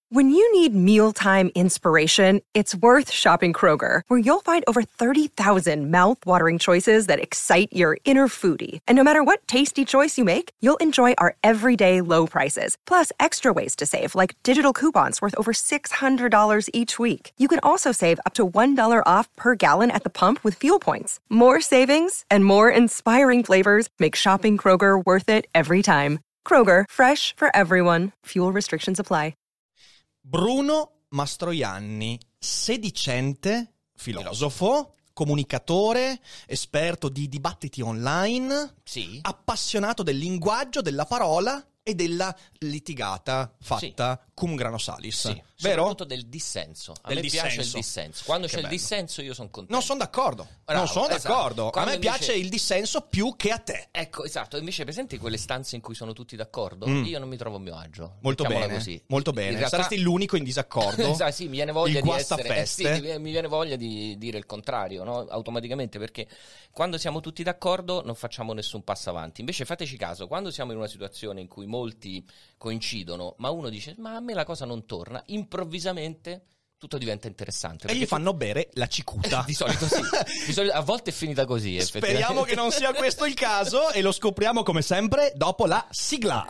When you need mealtime inspiration, it's worth shopping Kroger, where you'll find over 30,000 mouth-watering choices that excite your inner foodie. And no matter what tasty choice you make, you'll enjoy our everyday low prices, plus extra ways to save, like digital coupons worth over $600 each week. You can also save up to $1 off per gallon at the pump with fuel points. More savings and more inspiring flavors make shopping Kroger worth it every time. Kroger, fresh for everyone. Fuel restrictions apply. Bruno Mastroianni, sedicente filosofo, comunicatore, esperto di dibattiti online, Sì. appassionato del linguaggio, della parola e della litigata fatta cum grano salis. Sì, Vero? soprattutto del dissenso. A me piace il dissenso. Quando Che c'è bello. il dissenso io sono contento. Non sono d'accordo. Bravo, non sono esatto. d'accordo. A Quando me invece- piace il dissenso più che a te. Ecco, esatto. Invece presenti quelle stanze in cui sono tutti d'accordo? Io non mi trovo a mio agio. Molto Mettiamola bene. così. Molto In bene. realtà- Saresti l'unico in disaccordo. Esatto, sì, mi viene voglia Il di guastafeste. essere mi viene voglia di dire il contrario, no? Automaticamente, perché quando siamo tutti d'accordo non facciamo nessun passo avanti. Invece fateci caso, quando siamo in una situazione in cui molti coincidono, ma uno dice "Ma a me la cosa non torna", improvvisamente tutto diventa interessante. E perché gli fanno bere la cicuta. Di solito sì. Di solito, a volte è finita così, Speriamo che non sia questo il caso e lo scopriamo come sempre dopo la sigla.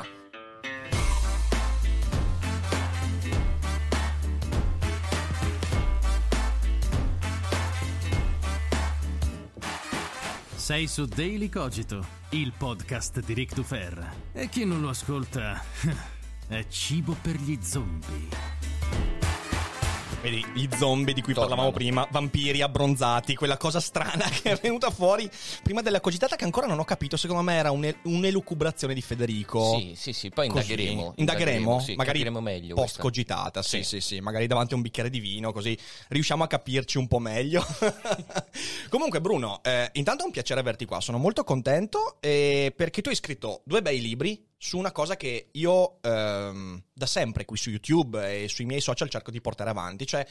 Sei su Daily Cogito, il podcast di Rick Dufer. E chi non lo ascolta è cibo per gli zombie. Vedi, gli zombie di cui parlavamo prima, vampiri abbronzati, quella cosa strana che è venuta fuori prima della cogitata che ancora non ho capito, secondo me era un'elucubrazione di Federico. Sì, poi Così. indagheremo. Indagheremo, Sì, magari capiremo meglio post questa. cogitata, sì, magari davanti a un bicchiere di vino, così riusciamo a capirci un po' meglio. Comunque Bruno, intanto è un piacere averti qua, sono molto contento perché tu hai scritto 2 bei libri su una cosa che io da sempre qui su YouTube e sui miei social cerco di portare avanti, cioè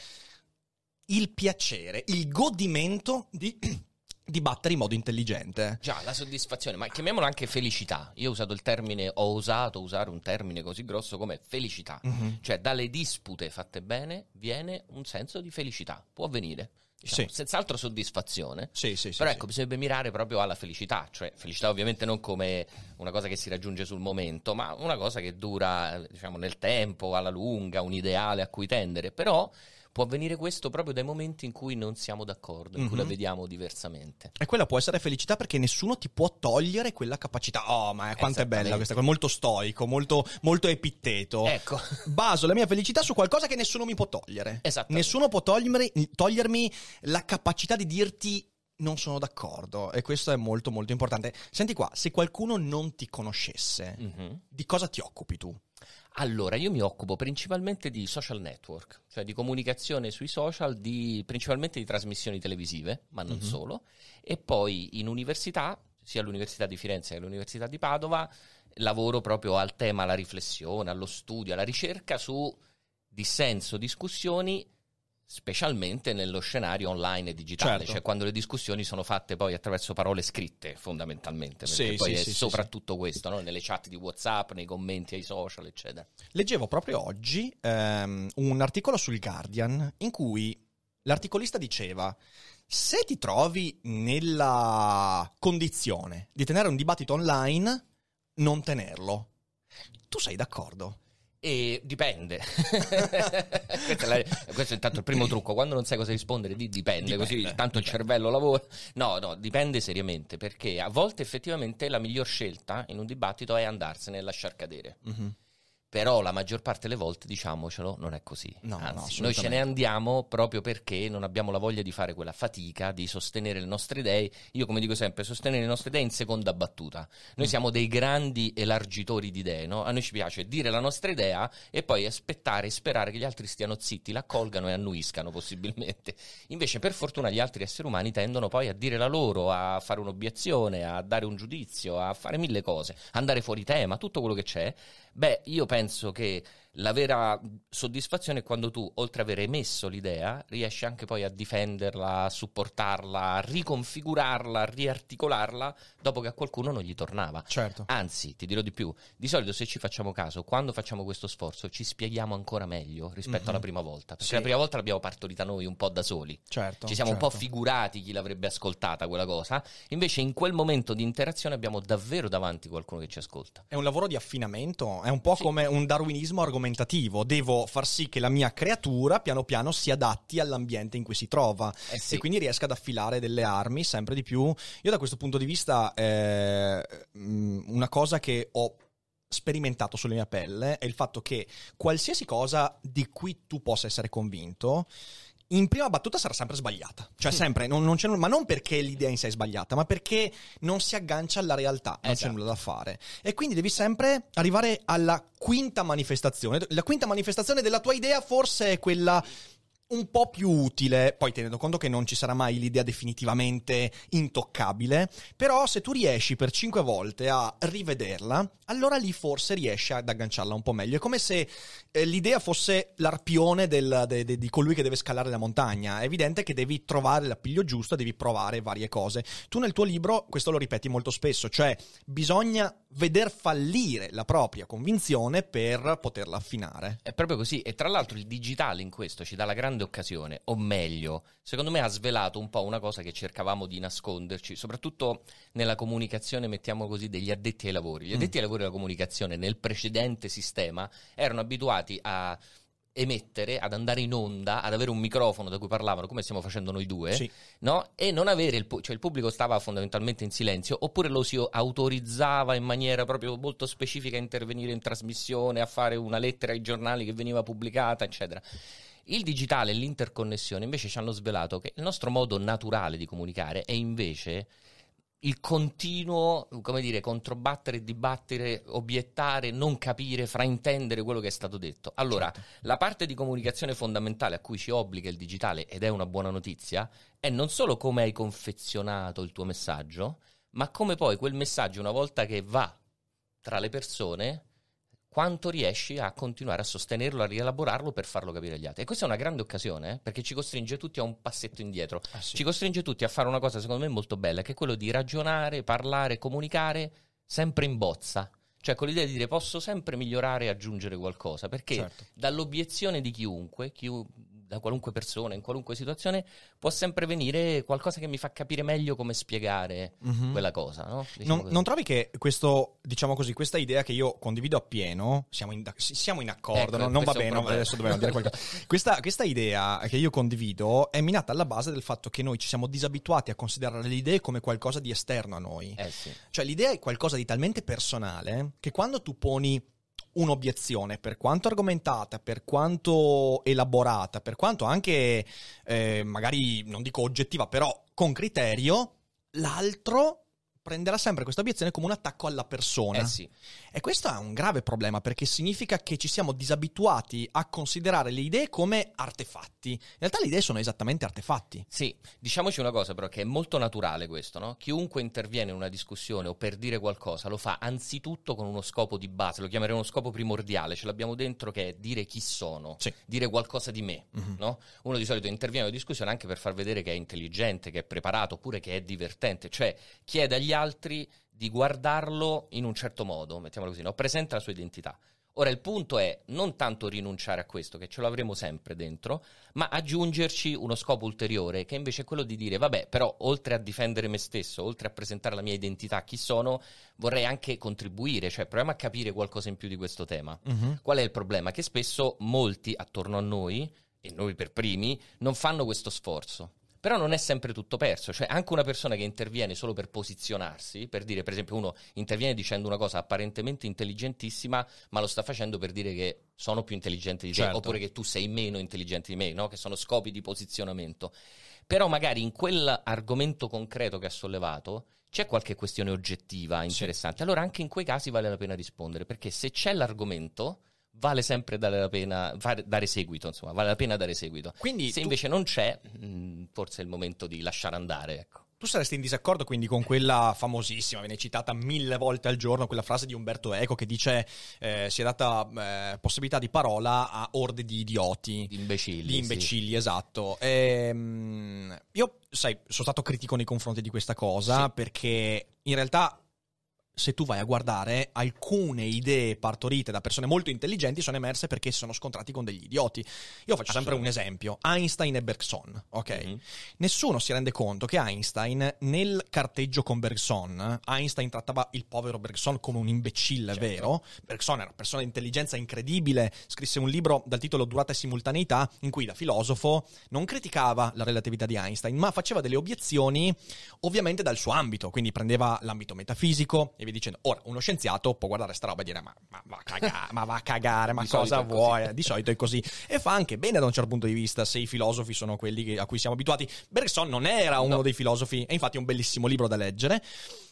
il piacere, il godimento di dibattere in modo intelligente. Già, la soddisfazione, ma chiamiamolo anche felicità. Io ho usato il termine, ho osato usare un termine così grosso come felicità. Cioè, dalle dispute fatte bene viene un senso di felicità. Può avvenire. Diciamo, Sì. senz'altro soddisfazione. Sì, Però ecco, bisognerebbe mirare proprio alla felicità. Cioè, felicità ovviamente non come una cosa che si raggiunge sul momento, ma una cosa che dura, diciamo, nel tempo, alla lunga, un ideale a cui tendere. Però può avvenire questo proprio dai momenti in cui non siamo d'accordo, in cui la vediamo diversamente. E quella può essere felicità perché nessuno ti può togliere quella capacità. Oh, ma quanto è bella Esattamente. questa cosa, molto stoico, molto epitteto. Ecco. Baso la mia felicità su qualcosa che nessuno mi può togliere. Esattamente. Nessuno può togliermi la capacità di dirti non sono d'accordo, e questo è molto molto importante. Senti qua, se qualcuno non ti conoscesse, di cosa ti occupi tu? Allora, io mi occupo principalmente di social network, cioè di comunicazione sui social, principalmente di trasmissioni televisive, ma non solo, e poi in università, sia all'Università di Firenze che all'Università di Padova, lavoro proprio al tema, alla riflessione, allo studio, alla ricerca su dissenso, discussioni, specialmente nello scenario online e digitale, Certo. cioè quando le discussioni sono fatte poi attraverso parole scritte, fondamentalmente, perché Sì, poi sì, è sì, soprattutto questo, no? Nelle chat di WhatsApp, nei commenti ai social, eccetera. Leggevo proprio oggi un articolo sul Guardian in cui l'articolista diceva: se ti trovi nella condizione di tenere un dibattito online, non tenerlo. Tu sei d'accordo? E dipende. Questo è intanto il primo trucco. Quando non sai cosa rispondere, dipende. Così tanto il cervello lavora. No, dipende seriamente, perché a volte effettivamente la miglior scelta in un dibattito è andarsene e lasciar cadere. Però la maggior parte delle volte, diciamocelo, non è così. No, Anzi, noi ce ne andiamo proprio perché non abbiamo la voglia di fare quella fatica di sostenere le nostre idee. Io, come dico sempre, sostenere le nostre idee in seconda battuta. Noi siamo dei grandi elargitori di idee, no? A noi ci piace dire la nostra idea e poi aspettare e sperare che gli altri stiano zitti, la accolgano e annuiscano possibilmente. Invece, per fortuna, gli altri esseri umani tendono poi a dire la loro, a fare un'obiezione, a dare un giudizio, a fare mille cose, andare fuori tema, tutto quello che c'è. Beh, io penso che La vera soddisfazione è quando tu, oltre ad aver emesso l'idea, riesci anche poi a difenderla, a supportarla, a riconfigurarla, a riarticolarla dopo che a qualcuno non gli tornava. Certo. Anzi, ti dirò di più, di solito se ci facciamo caso, quando facciamo questo sforzo ci spieghiamo ancora meglio rispetto alla prima volta, perché la prima volta l'abbiamo partorita noi un po' da soli. Certo. Ci siamo un po' figurati chi l'avrebbe ascoltata quella cosa, invece in quel momento di interazione abbiamo davvero davanti qualcuno che ci ascolta. È un lavoro di affinamento, è un po' come un darwinismo argomentativo. Devo far sì che la mia creatura piano piano si adatti all'ambiente in cui si trova e quindi riesca ad affilare delle armi sempre di più. Io da questo punto di vista una cosa che ho sperimentato sulla mia pelle è il fatto che qualsiasi cosa di cui tu possa essere convinto in prima battuta sarà sempre sbagliata, cioè sempre, non c'è ma non perché l'idea in sé è sbagliata, ma perché non si aggancia alla realtà, non c'è nulla da fare. E quindi devi sempre arrivare alla quinta manifestazione. La quinta manifestazione della tua idea forse è quella un po' più utile, poi tenendo conto che non ci sarà mai l'idea definitivamente intoccabile, però se tu riesci per 5 volte a rivederla, allora lì forse riesci ad agganciarla un po' meglio. È come se l'idea fosse l'arpione di colui che deve scalare la montagna. È evidente che devi trovare l'appiglio giusto, devi provare varie cose. Tu nel tuo libro questo lo ripeti molto spesso, cioè bisogna veder fallire la propria convinzione per poterla affinare. È proprio così, e tra l'altro il digitale in questo ci dà la grande occasione, o meglio, secondo me ha svelato un po' una cosa che cercavamo di nasconderci, soprattutto nella comunicazione, mettiamo così, degli addetti ai lavori. Gli addetti ai lavori della comunicazione nel precedente sistema erano abituati a emettere, ad andare in onda, ad avere un microfono da cui parlavano, come stiamo facendo noi due, sì, no? E non avere cioè il pubblico stava fondamentalmente in silenzio, oppure lo si autorizzava in maniera proprio molto specifica a intervenire in trasmissione, a fare una lettera ai giornali che veniva pubblicata, eccetera. Il digitale e l'interconnessione invece ci hanno svelato che il nostro modo naturale di comunicare è invece il continuo, come dire, controbattere, dibattere, obiettare, non capire, fraintendere quello che è stato detto. Allora, la parte di comunicazione fondamentale a cui ci obbliga il digitale, ed è una buona notizia, è non solo come hai confezionato il tuo messaggio, ma come poi quel messaggio, una volta che va tra le persone, quanto riesci a continuare a sostenerlo, a rielaborarlo per farlo capire agli altri. E questa è una grande occasione, perché ci costringe tutti a un passetto indietro. Sì. Ci costringe tutti a fare una cosa secondo me molto bella, che è quello di ragionare, parlare, comunicare sempre in bozza. Cioè con l'idea di dire posso sempre migliorare e aggiungere qualcosa, perché dall'obiezione di chiunque, da qualunque persona, in qualunque situazione, può sempre venire qualcosa che mi fa capire meglio come spiegare quella cosa, no? Non trovi che questo, diciamo così, questa idea che io condivido appieno, siamo in accordo, ecco, non va bene, adesso dobbiamo dire qualcosa. Questa idea che io condivido è minata alla base del fatto che noi ci siamo disabituati a considerare le idee come qualcosa di esterno a noi. Sì. Cioè l'idea è qualcosa di talmente personale che quando tu poni un'obiezione, per quanto argomentata, per quanto elaborata, per quanto anche magari non dico oggettiva, però con criterio, l'altro prenderà sempre questa obiezione come un attacco alla persona. Sì. E questo è un grave problema, perché significa che ci siamo disabituati a considerare le idee come artefatti. In realtà le idee sono esattamente artefatti. Sì, diciamoci una cosa però, che è molto naturale questo, no? Chiunque interviene in una discussione o per dire qualcosa lo fa anzitutto con uno scopo di base, lo chiamerei uno scopo primordiale, ce l'abbiamo dentro, che è dire chi sono, dire qualcosa di me, no? Uno di solito interviene in una discussione anche per far vedere che è intelligente, che è preparato, oppure che è divertente, cioè chiede agli altri di guardarlo in un certo modo, mettiamolo così, no? Presenta la sua identità. Ora il punto è non tanto rinunciare a questo, che ce l'avremo sempre dentro, ma aggiungerci uno scopo ulteriore, che invece è quello di dire vabbè, però oltre a difendere me stesso, oltre a presentare la mia identità, chi sono, vorrei anche contribuire, cioè proviamo a capire qualcosa in più di questo tema. Qual è il problema? Che spesso molti attorno a noi, e noi per primi, non fanno questo sforzo. Però non è sempre tutto perso, cioè anche una persona che interviene solo per posizionarsi, per dire, per esempio, uno interviene dicendo una cosa apparentemente intelligentissima, ma lo sta facendo per dire che sono più intelligente di te, oppure che tu sei meno intelligente di me, no? Che sono scopi di posizionamento. Però magari in quell'argomento concreto che ha sollevato c'è qualche questione oggettiva interessante. Allora anche in quei casi vale la pena rispondere, perché se c'è l'argomento vale sempre dare seguito, insomma, vale la pena dare seguito. Quindi se invece non c'è, forse è il momento di lasciare andare, ecco. Tu saresti in disaccordo quindi con quella famosissima, viene citata 1000 volte al giorno, quella frase di Umberto Eco che dice si è data possibilità di parola a orde di idioti. Di imbecilli. Di imbecilli, sì. esatto. Io, sai, sono stato critico nei confronti di questa cosa, Sì. perché in realtà, se tu vai a guardare, alcune idee partorite da persone molto intelligenti sono emerse perché sono scontrati con degli idioti. Io faccio sempre un esempio: Einstein e Bergson, ok? Mhm. Nessuno si rende conto che Einstein, nel carteggio con Bergson, Einstein trattava il povero Bergson come un imbecille, Certo. vero? Bergson era una persona di intelligenza incredibile, scrisse un libro dal titolo Durata e simultaneità, in cui da filosofo non criticava la relatività di Einstein, ma faceva delle obiezioni ovviamente dal suo ambito, quindi prendeva l'ambito metafisico e via dicendo. Ora, uno scienziato può guardare sta roba e dire ma va a cagare, ma Di cosa solito è vuoi? così. Di solito è così. E fa anche bene da un certo punto di vista, se i filosofi sono quelli a cui siamo abituati. Bergson non era uno dei filosofi, e infatti è un bellissimo libro da leggere.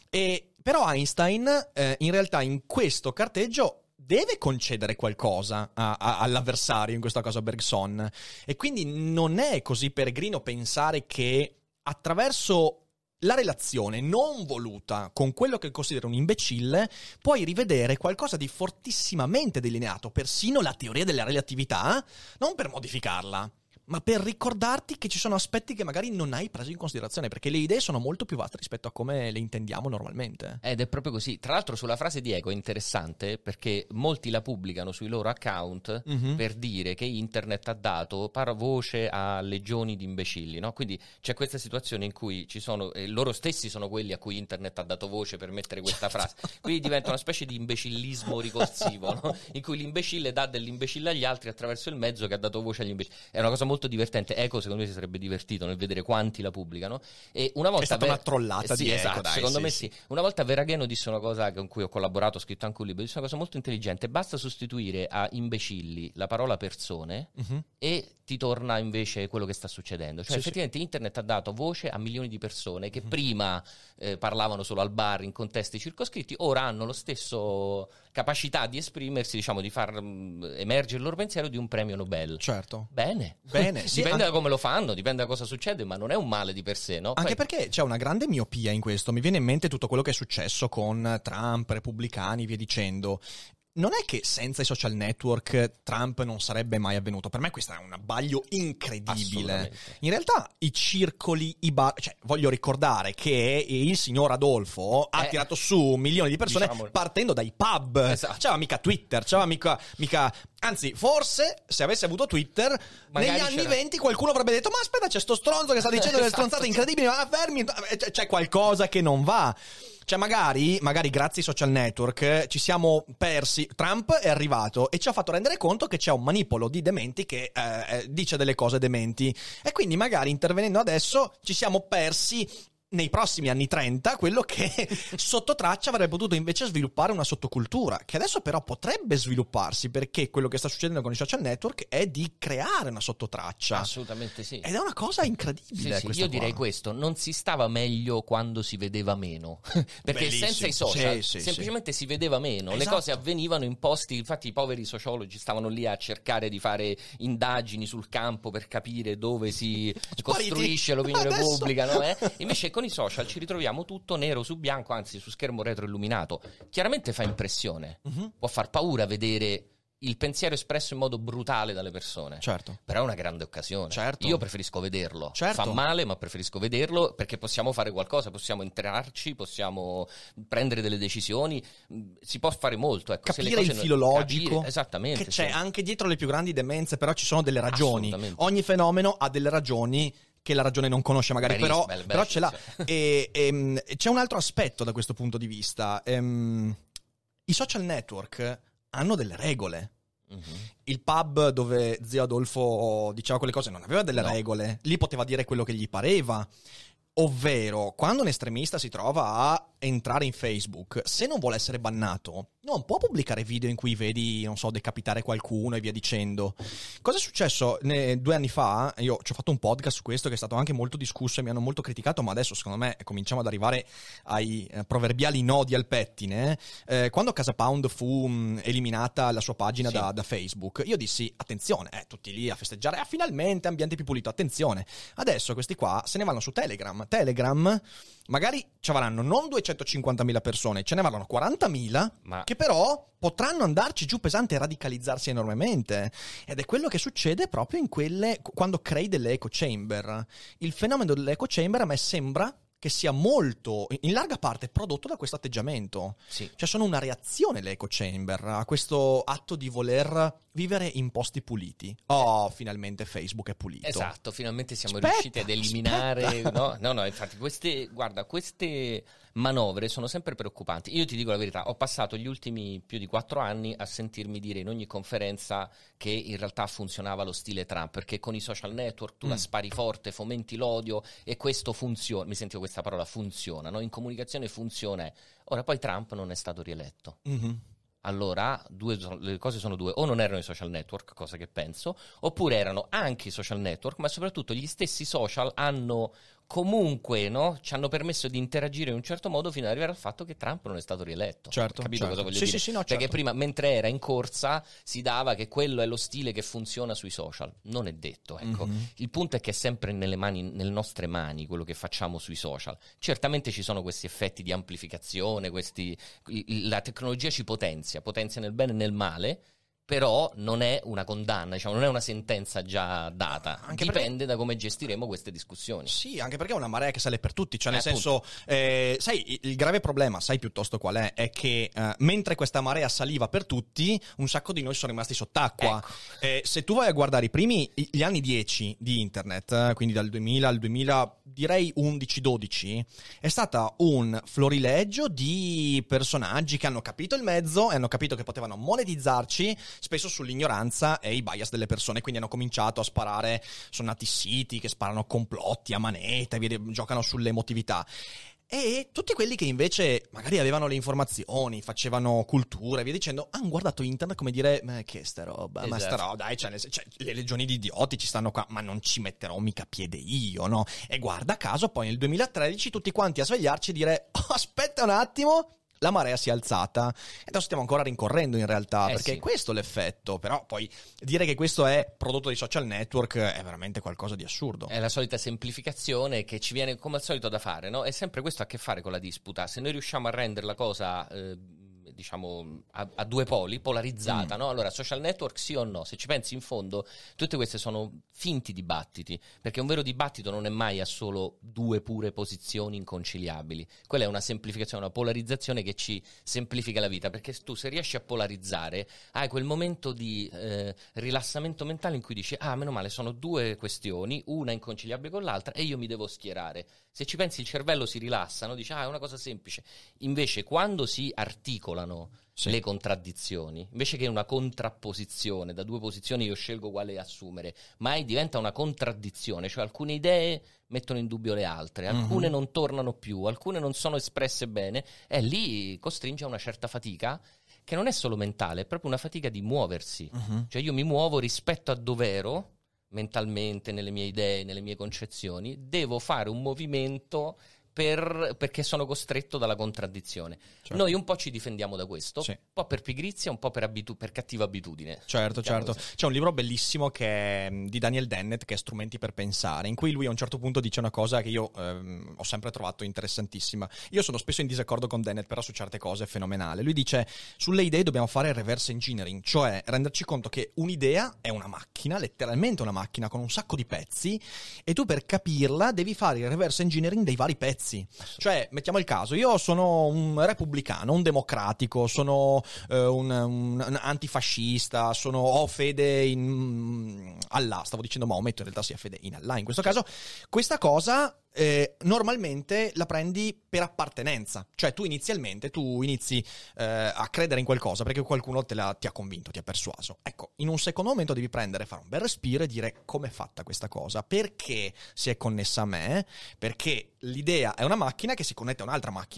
Però Einstein, in realtà, in questo carteggio deve concedere qualcosa all'avversario, in questo caso a Bergson. E quindi non è così peregrino pensare che attraverso la relazione non voluta con quello che considero un imbecille puoi rivedere qualcosa di fortissimamente delineato, persino la teoria della relatività, non per modificarla, ma per ricordarti che ci sono aspetti che magari non hai preso in considerazione, perché le idee sono molto più vaste rispetto a come le intendiamo normalmente. Ed è proprio così. Tra l'altro sulla frase di Eco è interessante perché molti la pubblicano sui loro account per dire che internet ha dato voce a legioni di imbecilli, no? Quindi c'è questa situazione in cui ci sono loro stessi sono quelli a cui internet ha dato voce per mettere questa frase. Quindi diventa una specie di imbecillismo ricorsivo, no? In cui l'imbecille dà dell'imbecille agli altri attraverso il mezzo che ha dato voce agli imbecilli. È una cosa molto divertente. Eco secondo me si sarebbe divertito nel vedere quanti la pubblicano. E una volta è stata una trollata sì, di esatto, Eco, dai, secondo sì, me sì. sì. Una volta Veragheno disse una cosa con cui ho collaborato, ho scritto anche un libro, disse una cosa molto intelligente: basta sostituire a imbecilli la parola persone e ti torna invece quello che sta succedendo. Cioè Sì, effettivamente internet ha dato voce a milioni di persone che prima parlavano solo al bar in contesti circoscritti, ora hanno lo stesso capacità di esprimersi, diciamo, di far emergere il loro pensiero di un premio Nobel. Certo. Bene. Sì, Dipende da come lo fanno, dipende da cosa succede, ma non è un male di per sé, no? Anche Poi- perché c'è una grande miopia in questo. Mi viene in mente tutto quello che è successo con Trump, repubblicani, via dicendo. Non è che senza i social network Trump non sarebbe mai avvenuto. Per me questo è un abbaglio incredibile. Assolutamente. In realtà i circoli, i bar... Cioè, voglio ricordare che il signor Adolfo ha tirato su milioni di persone, diciamo- partendo dai pub. Esatto. C'aveva mica Twitter, c'aveva mica... Anzi, forse, se avesse avuto Twitter, Magari negli anni c'era- 20 qualcuno avrebbe detto ma aspetta, c'è sto stronzo che sta dicendo delle Esatto. stronzate incredibili, ma fermi, c'è qualcosa che non va. Cioè magari grazie ai social network ci siamo persi. Trump è arrivato e ci ha fatto rendere conto che c'è un manipolo di dementi che dice delle cose dementi, e quindi magari intervenendo adesso ci siamo persi nei prossimi anni 30 quello che sotto traccia avrebbe potuto invece sviluppare una sottocultura, che adesso però potrebbe svilupparsi, perché quello che sta succedendo con i social network è di creare una sottotraccia. Assolutamente sì. Ed è una cosa incredibile. Sì, questa io direi qua. questo: non si stava meglio quando si vedeva meno, perché Bellissimo. senza i social Sì, semplicemente si vedeva meno, le Esatto. cose avvenivano in posti, infatti i poveri sociologi stavano lì a cercare di fare indagini sul campo per capire dove si costruisce l'opinione Adesso- pubblica, no? Invece con i social ci ritroviamo tutto nero su bianco, anzi su schermo retroilluminato. Chiaramente fa impressione, può far paura vedere il pensiero espresso in modo brutale dalle persone. Certo. Però è una grande occasione. Certo. Io preferisco vederlo. Certo. Fa male, ma preferisco vederlo perché possiamo fare qualcosa, possiamo entrarci, possiamo prendere delle decisioni, si può fare molto. Ecco, se le Capire il cose filologico, capire, esattamente, che c'è sì. anche dietro le più grandi demenze, però ci sono delle ragioni. Assolutamente. Ogni fenomeno ha delle ragioni che la ragione non conosce magari, Benissimo, però ce l'ha. sì. E c'è un altro aspetto da questo punto di vista. I social network hanno delle regole. Il pub dove zio Adolfo diceva quelle cose non aveva delle regole, lì poteva dire quello che gli pareva. Ovvero, quando un estremista si trova a entrare in Facebook, se non vuole essere bannato, non può pubblicare video in cui vedi, non so, decapitare qualcuno e via dicendo. Cosa è successo 2 anni fa? Io ci ho fatto un podcast su questo che è stato anche molto discusso e mi hanno molto criticato, ma adesso secondo me cominciamo ad arrivare ai proverbiali nodi al pettine. Quando Casa Pound fu eliminata la sua pagina da Facebook, io dissi, attenzione, tutti lì a festeggiare, finalmente ambiente più pulito, attenzione. Adesso questi qua se ne vanno su Telegram. Telegram magari ci avranno non 250.000 persone, ce ne avranno 40.000 che però potranno andarci giù pesante e radicalizzarsi enormemente. Ed è quello che succede proprio in quando crei delle echo chamber. Il fenomeno delle echo chamber a me sembra che sia molto, in larga parte, prodotto da questo atteggiamento. Sì. Cioè sono una reazione le echo chamber a questo atto di voler vivere in posti puliti. Oh, finalmente Facebook è pulito. Esatto, finalmente siamo riusciti ad eliminare... No, infatti queste manovre sono sempre preoccupanti. Io ti dico la verità, ho passato gli ultimi più di 4 anni a sentirmi dire in ogni conferenza che in realtà funzionava lo stile Trump, perché con i social network tu la spari forte, fomenti l'odio e questo funziona. Mi sentivo questa parola, funziona, no? In comunicazione funziona. Ora poi Trump non è stato rieletto. Mm-hmm. Allora, le cose sono due: o non erano i social network, cosa che penso, oppure erano anche i social network, ma soprattutto gli stessi social hanno comunque, no, ci hanno permesso di interagire in un certo modo fino ad arrivare al fatto che Trump non è stato rieletto. Certo, capito cosa voglio dire? Sì, no, perché certo. prima, mentre era in corsa, si dava che quello è lo stile che funziona sui social. Non è detto, ecco. Mm-hmm. Il punto è che è sempre nelle nostre mani quello che facciamo sui social. Certamente ci sono questi effetti di amplificazione, la tecnologia ci potenzia nel bene e nel male, però non è una condanna, diciamo, non è una sentenza già data. Dipende da come gestiremo queste discussioni. Sì, anche perché è una marea che sale per tutti, cioè nel senso, sai, il grave problema, sai piuttosto qual è? È che mentre questa marea saliva per tutti, un sacco di noi sono rimasti sott'acqua. Ecco. Se tu vai a guardare gli anni 10 di internet, quindi dal 2000 al 2000, direi 11-12, è stata un florilegio di personaggi che hanno capito il mezzo e hanno capito che potevano monetizzarci spesso sull'ignoranza e i bias delle persone, quindi hanno cominciato a sparare, sono nati siti che sparano complotti a manetta e giocano sulle emotività. E tutti quelli che invece magari avevano le informazioni, facevano cultura e via dicendo, hanno guardato internet come dire, ma che sta roba, esatto. Ma sta roba, dai, le legioni di idioti ci stanno qua, ma non ci metterò mica piede io, no? E guarda caso poi nel 2013 tutti quanti a svegliarci e dire, aspetta un attimo, la marea si è alzata e adesso stiamo ancora rincorrendo in realtà, perché è questo l'effetto. Però poi dire che questo è prodotto dai social network è veramente qualcosa di assurdo. È la solita semplificazione che ci viene come al solito da fare, no? È sempre questo a che fare con la disputa. Se noi riusciamo a rendere la cosa diciamo a due poli, polarizzata, no? Allora, social network sì o no? Se ci pensi, in fondo tutte queste sono finti dibattiti, perché un vero dibattito non è mai a solo due pure posizioni inconciliabili. Quella è una semplificazione, una polarizzazione che ci semplifica la vita, perché tu, se riesci a polarizzare, hai quel momento di rilassamento mentale in cui dici, meno male, sono due questioni, una inconciliabile con l'altra e io mi devo schierare. Se ci pensi, il cervello si rilassa, no? Dice, è una cosa semplice. Invece, quando si articolano le contraddizioni, invece che una contrapposizione, da due posizioni io scelgo quale assumere, mai diventa una contraddizione, cioè alcune idee mettono in dubbio le altre, alcune non tornano più, alcune non sono espresse bene, e lì costringe a una certa fatica, che non è solo mentale, è proprio una fatica di muoversi. Cioè io mi muovo rispetto a dov'ero, mentalmente, nelle mie idee, nelle mie concezioni, devo fare un movimento perché sono costretto dalla contraddizione. Certo. Noi un po' ci difendiamo da questo, un po' per pigrizia, un po' per cattiva abitudine. Certo. C'è un libro bellissimo che è di Daniel Dennett, che è Strumenti per pensare, in cui lui a un certo punto dice una cosa che io ho sempre trovato interessantissima. Io sono spesso in disaccordo con Dennett, però su certe cose è fenomenale. Lui dice, sulle idee dobbiamo fare reverse engineering, cioè renderci conto che un'idea è una macchina, letteralmente una macchina con un sacco di pezzi, e tu per capirla devi fare il reverse engineering dei vari pezzi. Cioè, mettiamo il caso, io sono un repubblicano, un democratico, sono un antifascista, ho fede in Allah, stavo dicendo Maometto, in realtà si ha fede in Allah in questo caso. Questa cosa normalmente la prendi per appartenenza, cioè tu inizi a credere in qualcosa perché qualcuno ti ha convinto, ti ha persuaso. Ecco, in un secondo momento devi fare un bel respiro e dire, com'è fatta questa cosa, perché si è connessa a me, perché l'idea è una macchina che si connette a un'altra macchina,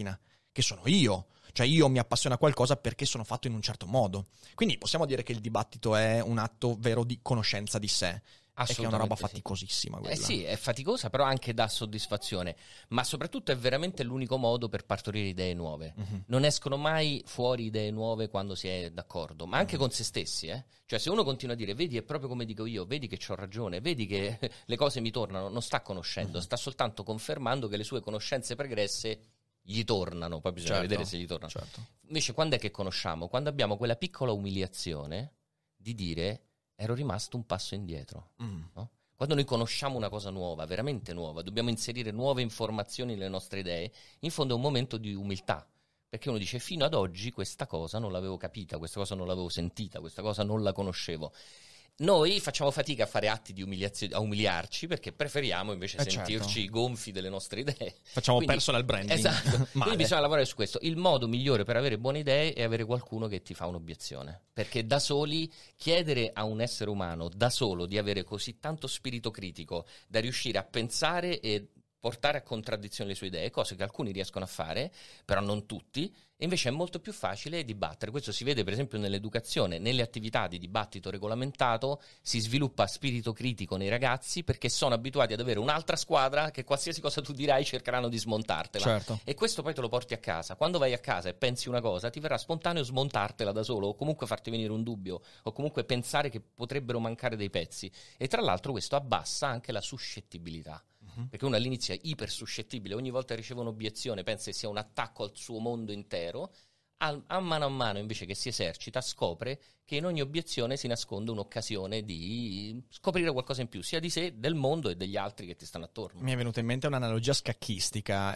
che sono io. Cioè io mi appassiono a qualcosa perché sono fatto in un certo modo. Quindi possiamo dire che il dibattito è un atto vero di conoscenza di sé. E che è una roba faticosissima quella. Sì, è faticosa, però anche dà soddisfazione. Ma soprattutto è veramente l'unico modo per partorire idee nuove. Non escono mai fuori idee nuove quando si è d'accordo, ma anche con se stessi. Cioè se uno continua a dire, vedi, è proprio come dico io, vedi che c'ho ragione, vedi che le cose mi tornano, non sta conoscendo, sta soltanto confermando che le sue conoscenze pregresse gli tornano. Poi bisogna vedere se gli tornano. Certo. Invece quando è che conosciamo? Quando abbiamo quella piccola umiliazione di dire ero rimasto un passo indietro. No? Quando noi conosciamo una cosa nuova, veramente nuova, dobbiamo inserire nuove informazioni nelle nostre idee, in fondo è un momento di umiltà, perché uno dice fino ad oggi questa cosa non l'avevo capita, questa cosa non l'avevo sentita, questa cosa non la conoscevo. Noi facciamo fatica a fare atti di umiliazione, a umiliarci, perché preferiamo invece sentirci gonfi delle nostre idee. Facciamo personal branding. Esatto. Quindi bisogna lavorare su questo. Il modo migliore per avere buone idee è avere qualcuno che ti fa un'obiezione. Perché da soli, chiedere a un essere umano da solo di avere così tanto spirito critico da riuscire a pensare e portare a contraddizione le sue idee, cose che alcuni riescono a fare, però non tutti, e invece è molto più facile dibattere. Questo si vede per esempio nell'educazione, nelle attività di dibattito regolamentato si sviluppa spirito critico nei ragazzi perché sono abituati ad avere un'altra squadra che qualsiasi cosa tu dirai cercheranno di smontartela. Certo. E questo poi te lo porti a casa. Quando vai a casa e pensi una cosa, ti verrà spontaneo smontartela da solo, o comunque farti venire un dubbio, o comunque pensare che potrebbero mancare dei pezzi. E tra l'altro questo abbassa anche la suscettibilità. Perché uno all'inizio è iper suscettibile, ogni volta che riceve un'obiezione pensa che sia un attacco al suo mondo intero. A mano invece che si esercita scopre che in ogni obiezione si nasconde un'occasione di scoprire qualcosa in più, sia di sé, del mondo e degli altri che ti stanno attorno. Mi è venuta in mente un'analogia scacchistica.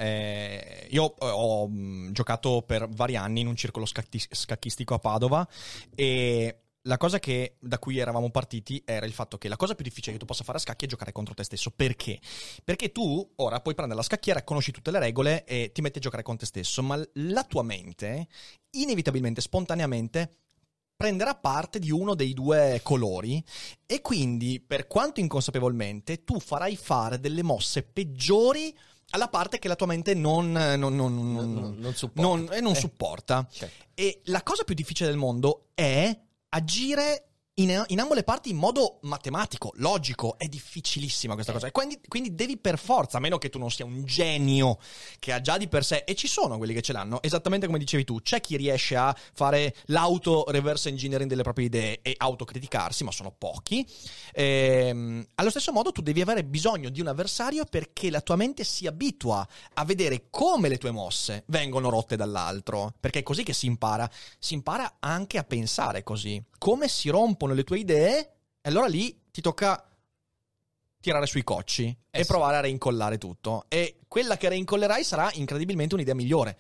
Io ho giocato per vari anni in un circolo scacchistico a Padova e la cosa da cui eravamo partiti era il fatto che la cosa più difficile che tu possa fare a scacchi è giocare contro te stesso. Perché? Perché tu ora puoi prendere la scacchiera, conosci tutte le regole e ti metti a giocare con te stesso, ma la tua mente inevitabilmente, spontaneamente prenderà parte di uno dei due colori e quindi, per quanto inconsapevolmente, tu farai fare delle mosse peggiori alla parte che la tua mente non supporta. Certo. E la cosa più difficile del mondo è agire in ambo le parti in modo matematico, logico. È difficilissima questa cosa. Quindi devi per forza, a meno che tu non sia un genio che ha già di per sé, e ci sono quelli che ce l'hanno, esattamente come dicevi tu, c'è chi riesce a fare l'auto-reverse engineering delle proprie idee e autocriticarsi, ma sono pochi. Allo stesso modo tu devi avere bisogno di un avversario perché la tua mente si abitua a vedere come le tue mosse vengono rotte dall'altro, perché è così che si impara anche a pensare così. Come si rompono le tue idee, e allora lì ti tocca tirare sui cocci e provare a reincollare tutto. E quella che reincollerai sarà incredibilmente un'idea migliore.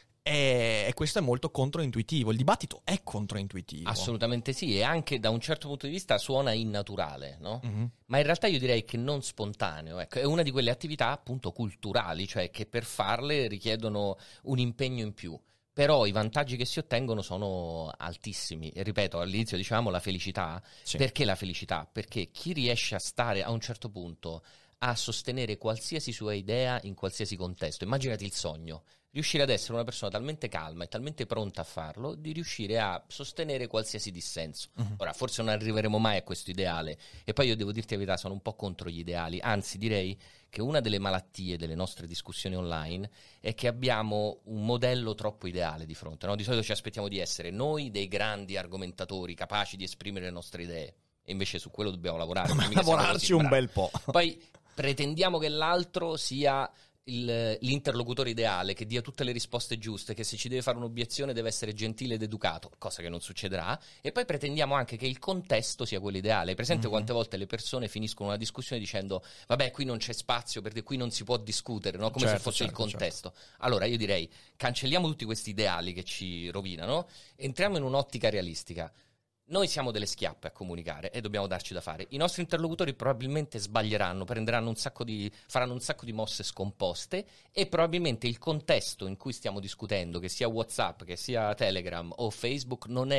E questo è molto controintuitivo. Il dibattito è controintuitivo. Assolutamente sì, e anche da un certo punto di vista suona innaturale, no? Ma in realtà io direi che non spontaneo. Ecco, è una di quelle attività appunto culturali, cioè che per farle richiedono un impegno in più. Però i vantaggi che si ottengono sono altissimi. E ripeto, all'inizio dicevamo la felicità. Sì. Perché la felicità? Perché chi riesce a stare a un certo punto a sostenere qualsiasi sua idea in qualsiasi contesto, immaginati il sogno, riuscire ad essere una persona talmente calma e talmente pronta a farlo di riuscire a sostenere qualsiasi dissenso. Ora, forse non arriveremo mai a questo ideale, e poi io devo dirti la verità, sono un po' contro gli ideali, anzi direi che una delle malattie delle nostre discussioni online è che abbiamo un modello troppo ideale di fronte, no? Di solito ci aspettiamo di essere noi dei grandi argomentatori capaci di esprimere le nostre idee, e invece su quello dobbiamo lavorare. Lavorarci un bel po'. Poi pretendiamo che l'altro sia l'interlocutore ideale, che dia tutte le risposte giuste, che se ci deve fare un'obiezione deve essere gentile ed educato, cosa che non succederà, e poi pretendiamo anche che il contesto sia quello ideale. Presente quante volte le persone finiscono una discussione dicendo vabbè, qui non c'è spazio perché qui non si può discutere, no? Come se fosse il contesto. Allora io direi cancelliamo tutti questi ideali che ci rovinano, entriamo in un'ottica realistica. Noi siamo delle schiappe a comunicare e dobbiamo darci da fare. I nostri interlocutori probabilmente sbaglieranno, faranno un sacco di mosse scomposte, e probabilmente il contesto in cui stiamo discutendo, che sia WhatsApp, che sia Telegram o Facebook, non è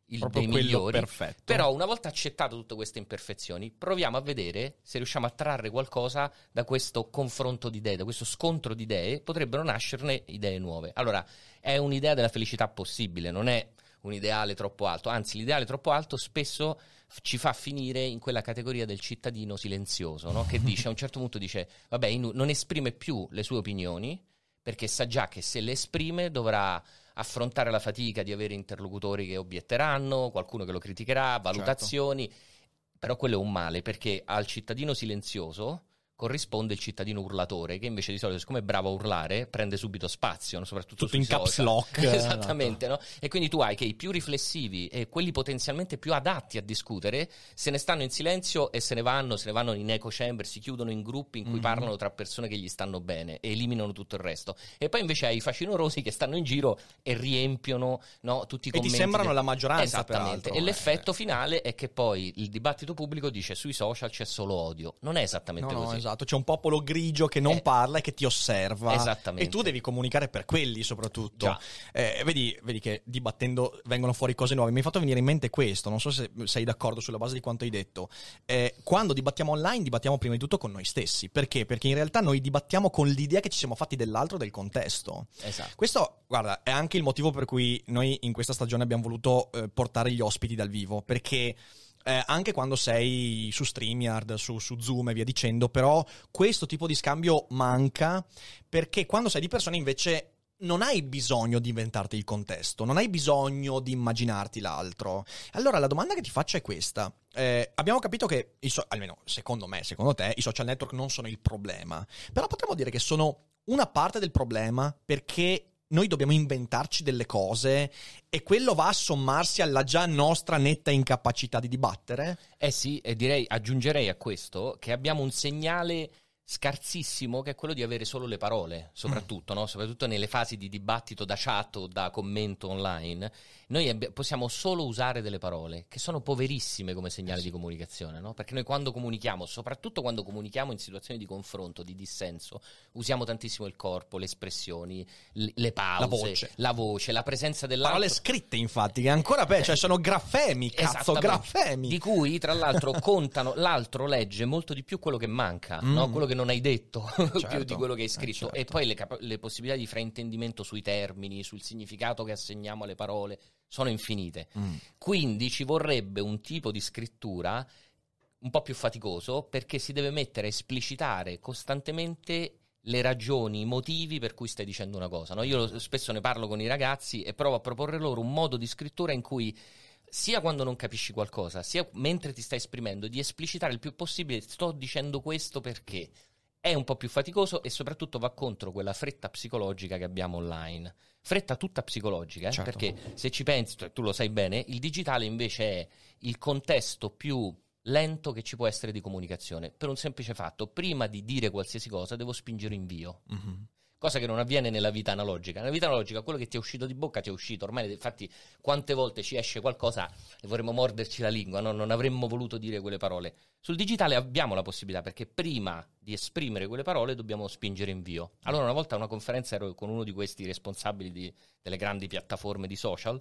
proprio dei quello migliori, perfetto. però una volta accettato tutte queste imperfezioni proviamo a vedere se riusciamo a trarre qualcosa da questo confronto di idee, da questo scontro di idee, potrebbero nascerne idee nuove. Allora è un'idea della felicità possibile, non è un ideale troppo alto, anzi l'ideale troppo alto spesso ci fa finire in quella categoria del cittadino silenzioso, no? Che dice a un certo punto dice vabbè, non esprime più le sue opinioni perché sa già che se le esprime dovrà affrontare la fatica di avere interlocutori che obietteranno, qualcuno che lo criticherà, valutazioni, però quello è un male perché al cittadino silenzioso corrisponde il cittadino urlatore che invece di solito, siccome è bravo a urlare, prende subito spazio, no? Soprattutto tutto sui in caps social. lock. Esattamente, no? E quindi tu hai che i più riflessivi e quelli potenzialmente più adatti a discutere se ne stanno in silenzio e se ne vanno in echo chamber, si chiudono in gruppi in cui parlano tra persone che gli stanno bene e eliminano tutto il resto. E poi invece hai i facinorosi che stanno in giro e riempiono, no, tutti i commenti. E ti sembrano la maggioranza, esattamente. peraltro. E l'effetto finale è che poi il dibattito pubblico dice sui social c'è solo odio. Non è esattamente così. Esatto, c'è un popolo grigio che non parla e che ti osserva. Esattamente. E tu devi comunicare per quelli soprattutto. Vedi che dibattendo vengono fuori cose nuove. Mi hai fatto venire in mente questo, non so se sei d'accordo sulla base di quanto hai detto. Quando dibattiamo online, dibattiamo prima di tutto con noi stessi. Perché? Perché in realtà noi dibattiamo con l'idea che ci siamo fatti dell'altro, del contesto. Esatto. Questo, guarda, è anche il motivo per cui noi in questa stagione abbiamo voluto portare gli ospiti dal vivo, perché anche quando sei su StreamYard, su Zoom e via dicendo, però questo tipo di scambio manca, perché quando sei di persona invece non hai bisogno di inventarti il contesto, non hai bisogno di immaginarti l'altro. Allora la domanda che ti faccio è questa. Abbiamo capito che, almeno secondo me, secondo te, i social network non sono il problema, però potremmo dire che sono una parte del problema, perché noi dobbiamo inventarci delle cose e quello va a sommarsi alla già nostra netta incapacità di dibattere? Sì, e aggiungerei a questo che abbiamo un segnale scarsissimo che è quello di avere solo le parole, soprattutto, no? Soprattutto nelle fasi di dibattito da chat o da commento online, noi possiamo solo usare delle parole che sono poverissime come segnale di comunicazione, no? Perché noi quando comunichiamo, soprattutto quando comunichiamo in situazioni di confronto, di dissenso, usiamo tantissimo il corpo, le espressioni, le pause, la voce, la presenza dell'altro. Parole scritte, infatti, che ancora cioè sono grafemi, cazzo, grafemi. Di cui, tra l'altro, contano, l'altro legge molto di più quello che manca, no? Quello che non hai detto, più di quello che hai scritto. Certo. E poi le possibilità di fraintendimento sui termini, sul significato che assegniamo alle parole, sono infinite. Quindi ci vorrebbe un tipo di scrittura un po' più faticoso, perché si deve mettere a esplicitare costantemente le ragioni, i motivi per cui stai dicendo una cosa, no? Io spesso ne parlo con i ragazzi e provo a proporre loro un modo di scrittura in cui, sia quando non capisci qualcosa, sia mentre ti stai esprimendo, di esplicitare il più possibile: sto dicendo questo perché. È un po' più faticoso e soprattutto va contro quella fretta psicologica che abbiamo online. Fretta tutta psicologica, certo. Perché se ci pensi, tu lo sai bene, il digitale invece è il contesto più lento che ci può essere di comunicazione, per un semplice fatto: prima di dire qualsiasi cosa devo spingere invio. Cosa che non avviene nella vita analogica. Nella vita analogica quello che ti è uscito di bocca ti è uscito. Ormai, infatti, quante volte ci esce qualcosa e vorremmo morderci la lingua, no? Non avremmo voluto dire quelle parole. Sul digitale abbiamo la possibilità, perché prima di esprimere quelle parole dobbiamo spingere invio. Allora, una volta a una conferenza ero con uno di questi responsabili delle grandi piattaforme di social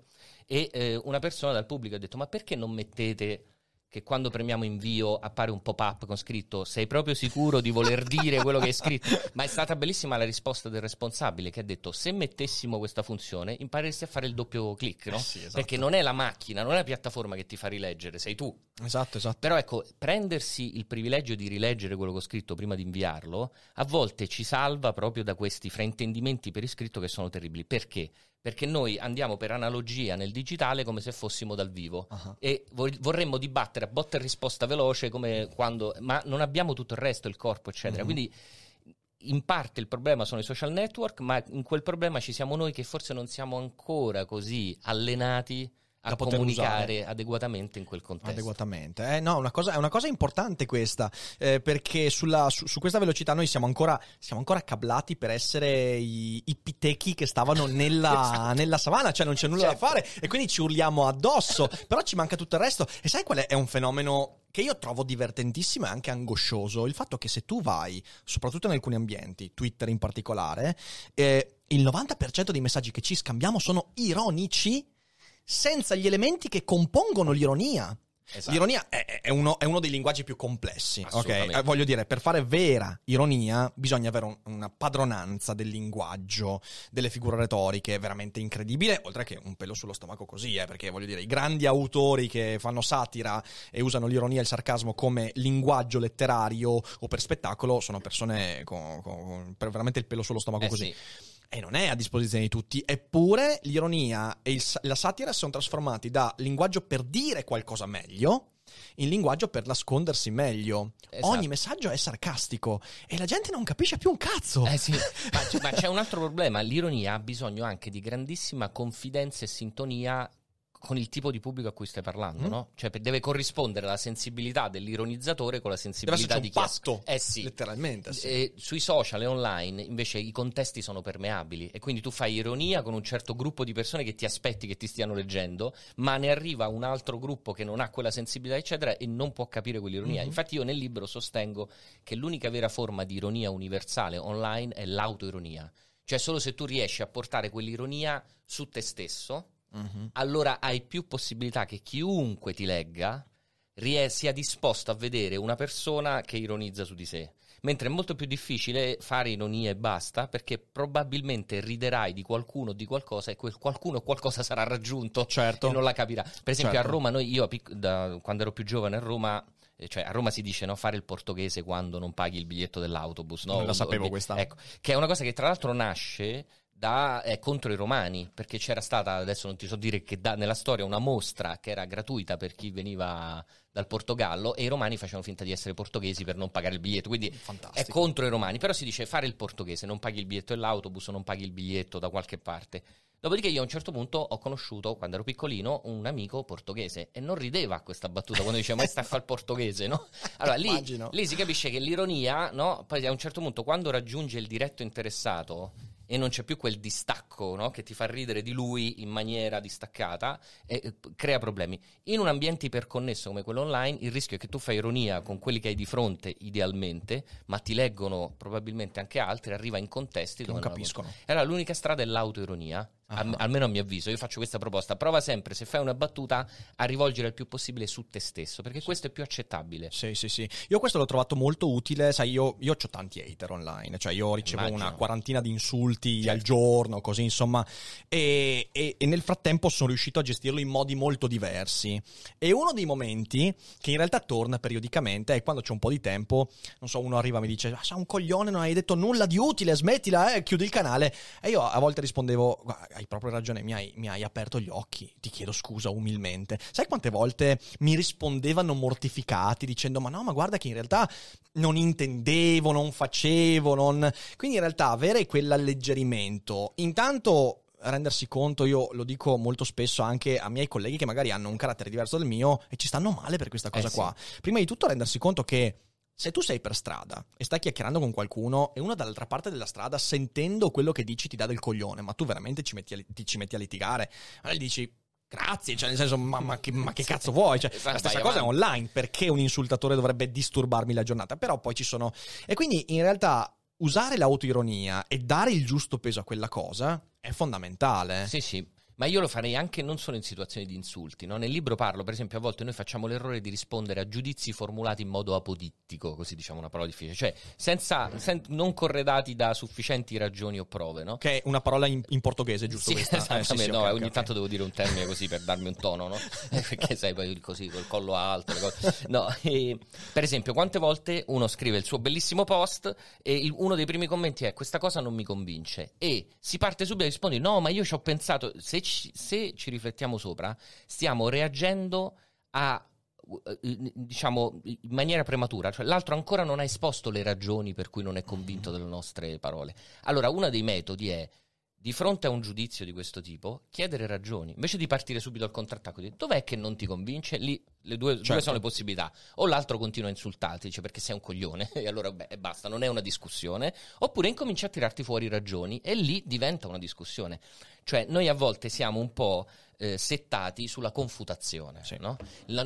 e una persona dal pubblico ha detto: ma perché non mettete che quando premiamo invio appare un pop-up con scritto "sei proprio sicuro di voler dire quello che hai scritto"? Ma è stata bellissima la risposta del responsabile, che ha detto: se mettessimo questa funzione impareresti a fare il doppio click, no? Sì, esatto. Perché non è la macchina, non è la piattaforma che ti fa rileggere, sei tu. Esatto. Però ecco, prendersi il privilegio di rileggere quello che ho scritto prima di inviarlo a volte ci salva proprio da questi fraintendimenti per iscritto che sono terribili. Perché? Perché noi andiamo per analogia nel digitale come se fossimo dal vivo e vorremmo dibattere a botta e risposta veloce, come quando, ma non abbiamo tutto il resto, il corpo, eccetera. Quindi in parte il problema sono i social network, ma in quel problema ci siamo noi che forse non siamo ancora così allenati a comunicare adeguatamente in quel contesto. Adeguatamente. No, è una cosa importante questa, perché su questa velocità noi siamo ancora cablati per essere i pitechi che stavano nella savana, cioè non c'è nulla da fare e quindi ci urliamo addosso, però ci manca tutto il resto. E sai qual è un fenomeno che io trovo divertentissimo e anche angoscioso? Il fatto che se tu vai, soprattutto in alcuni ambienti, Twitter in particolare, il 90% dei messaggi che ci scambiamo sono ironici, senza gli elementi che compongono l'ironia. Esatto. L'ironia è uno dei linguaggi più complessi, ok? Voglio dire, per fare vera ironia bisogna avere una padronanza del linguaggio, delle figure retoriche veramente incredibile, oltre che un pelo sullo stomaco così, perché voglio dire, i grandi autori che fanno satira e usano l'ironia e il sarcasmo come linguaggio letterario o per spettacolo sono persone con veramente il pelo sullo stomaco così. Sì. E non è a disposizione di tutti, eppure l'ironia e la satira sono trasformati da linguaggio per dire qualcosa meglio in linguaggio per nascondersi meglio. Esatto. Ogni messaggio è sarcastico e la gente non capisce più un cazzo. Sì. ma c'è un altro problema, l'ironia ha bisogno anche di grandissima confidenza e sintonia con il tipo di pubblico a cui stai parlando, no? Cioè deve corrispondere la sensibilità dell'ironizzatore con la sensibilità di chi patto, sì. letteralmente, sì. E sui social e online invece i contesti sono permeabili e quindi tu fai ironia con un certo gruppo di persone che ti aspetti che ti stiano leggendo, ma ne arriva un altro gruppo che non ha quella sensibilità eccetera e non può capire quell'ironia. Infatti io nel libro sostengo che l'unica vera forma di ironia universale online è l'autoironia, cioè solo se tu riesci a portare quell'ironia su te stesso, allora hai più possibilità che chiunque ti legga sia disposto a vedere una persona che ironizza su di sé, mentre è molto più difficile fare ironia e basta, perché probabilmente riderai di qualcuno o di qualcosa e quel qualcuno o qualcosa sarà raggiunto, certo, e non la capirà. Per esempio a Roma, quando ero più giovane a Roma, cioè a Roma si dice no, fare il portoghese quando non paghi il biglietto dell'autobus, no? Non la sapevo questa. Ecco, che è una cosa che tra l'altro nasce contro i romani, perché c'era stata, adesso non ti so dire che nella storia, una mostra che era gratuita per chi veniva dal Portogallo e i romani facevano finta di essere portoghesi per non pagare il biglietto, quindi fantastico. È contro i romani, però si dice fare il portoghese, non paghi il biglietto dell'autobus, non paghi il biglietto da qualche parte. Dopodiché io a un certo punto ho conosciuto, quando ero piccolino, un amico portoghese e non rideva questa battuta quando diceva ma stai a fare il portoghese, no? Allora lì si capisce che l'ironia, no? Poi a un certo punto quando raggiunge il diretto interessato e non c'è più quel distacco, no? Che ti fa ridere di lui in maniera distaccata, crea problemi. In un ambiente iperconnesso come quello online, il rischio è che tu fai ironia con quelli che hai di fronte idealmente, ma ti leggono probabilmente anche altri, arriva in contesti dove non capiscono. Allora l'unica strada è l'autoironia. Almeno a mio avviso, io faccio questa proposta: prova sempre, se fai una battuta, a rivolgere il più possibile su te stesso, perché questo è più accettabile. Sì. Io questo l'ho trovato molto utile, sai, io ho tanti hater online, cioè io ricevo una quarantina di insulti al giorno, così insomma, e nel frattempo sono riuscito a gestirlo in modi molto diversi. E uno dei momenti che in realtà torna periodicamente è quando c'è un po' di tempo, non so, uno arriva e mi dice sei un coglione, non hai detto nulla di utile, smettila, chiudi il canale. E io a volte rispondevo hai proprio ragione, mi hai aperto gli occhi, ti chiedo scusa umilmente. Sai quante volte mi rispondevano mortificati dicendo ma guarda che in realtà non intendevo, non facevo, quindi in realtà avere quell'alleggerimento, intanto rendersi conto, io lo dico molto spesso anche a miei colleghi che magari hanno un carattere diverso dal mio e ci stanno male per questa cosa qua. Prima di tutto rendersi conto che se tu sei per strada e stai chiacchierando con qualcuno e uno dall'altra parte della strada, sentendo quello che dici, ti dà del coglione, ma tu veramente ci metti a litigare, allora gli dici grazie, cioè nel senso ma che cazzo vuoi? Cioè, la stessa cosa è online, perché un insultatore dovrebbe disturbarmi la giornata? Però poi ci sono... E quindi in realtà usare l'autoironia e dare il giusto peso a quella cosa è fondamentale. Sì. Ma io lo farei anche non solo in situazioni di insulti, no? Nel libro parlo, per esempio, a volte noi facciamo l'errore di rispondere a giudizi formulati in modo apodittico, così diciamo una parola difficile, cioè non corredati da sufficienti ragioni o prove, no? Che è una parola in portoghese, giusto? Sì, questa? esattamente, Okay, ogni tanto devo dire un termine così per darmi un tono, no? Perché sai, poi così, col collo alto, le cose. No, per esempio, quante volte uno scrive il suo bellissimo post e uno dei primi commenti è questa cosa non mi convince, e si parte subito e rispondi no, ma io ci ho pensato. Se ci riflettiamo sopra, stiamo reagendo diciamo in maniera prematura, cioè l'altro ancora non ha esposto le ragioni per cui non è convinto delle nostre parole. Allora uno dei metodi è, di fronte a un giudizio di questo tipo, chiedere ragioni, invece di partire subito al contrattacco, di dov'è che non ti convince? Lì due sono le possibilità: o l'altro continua a insultarti, cioè perché sei un coglione e allora basta, non è una discussione, oppure incomincia a tirarti fuori ragioni e lì diventa una discussione. Cioè noi a volte siamo un po' settati sulla confutazione, Sì. no? La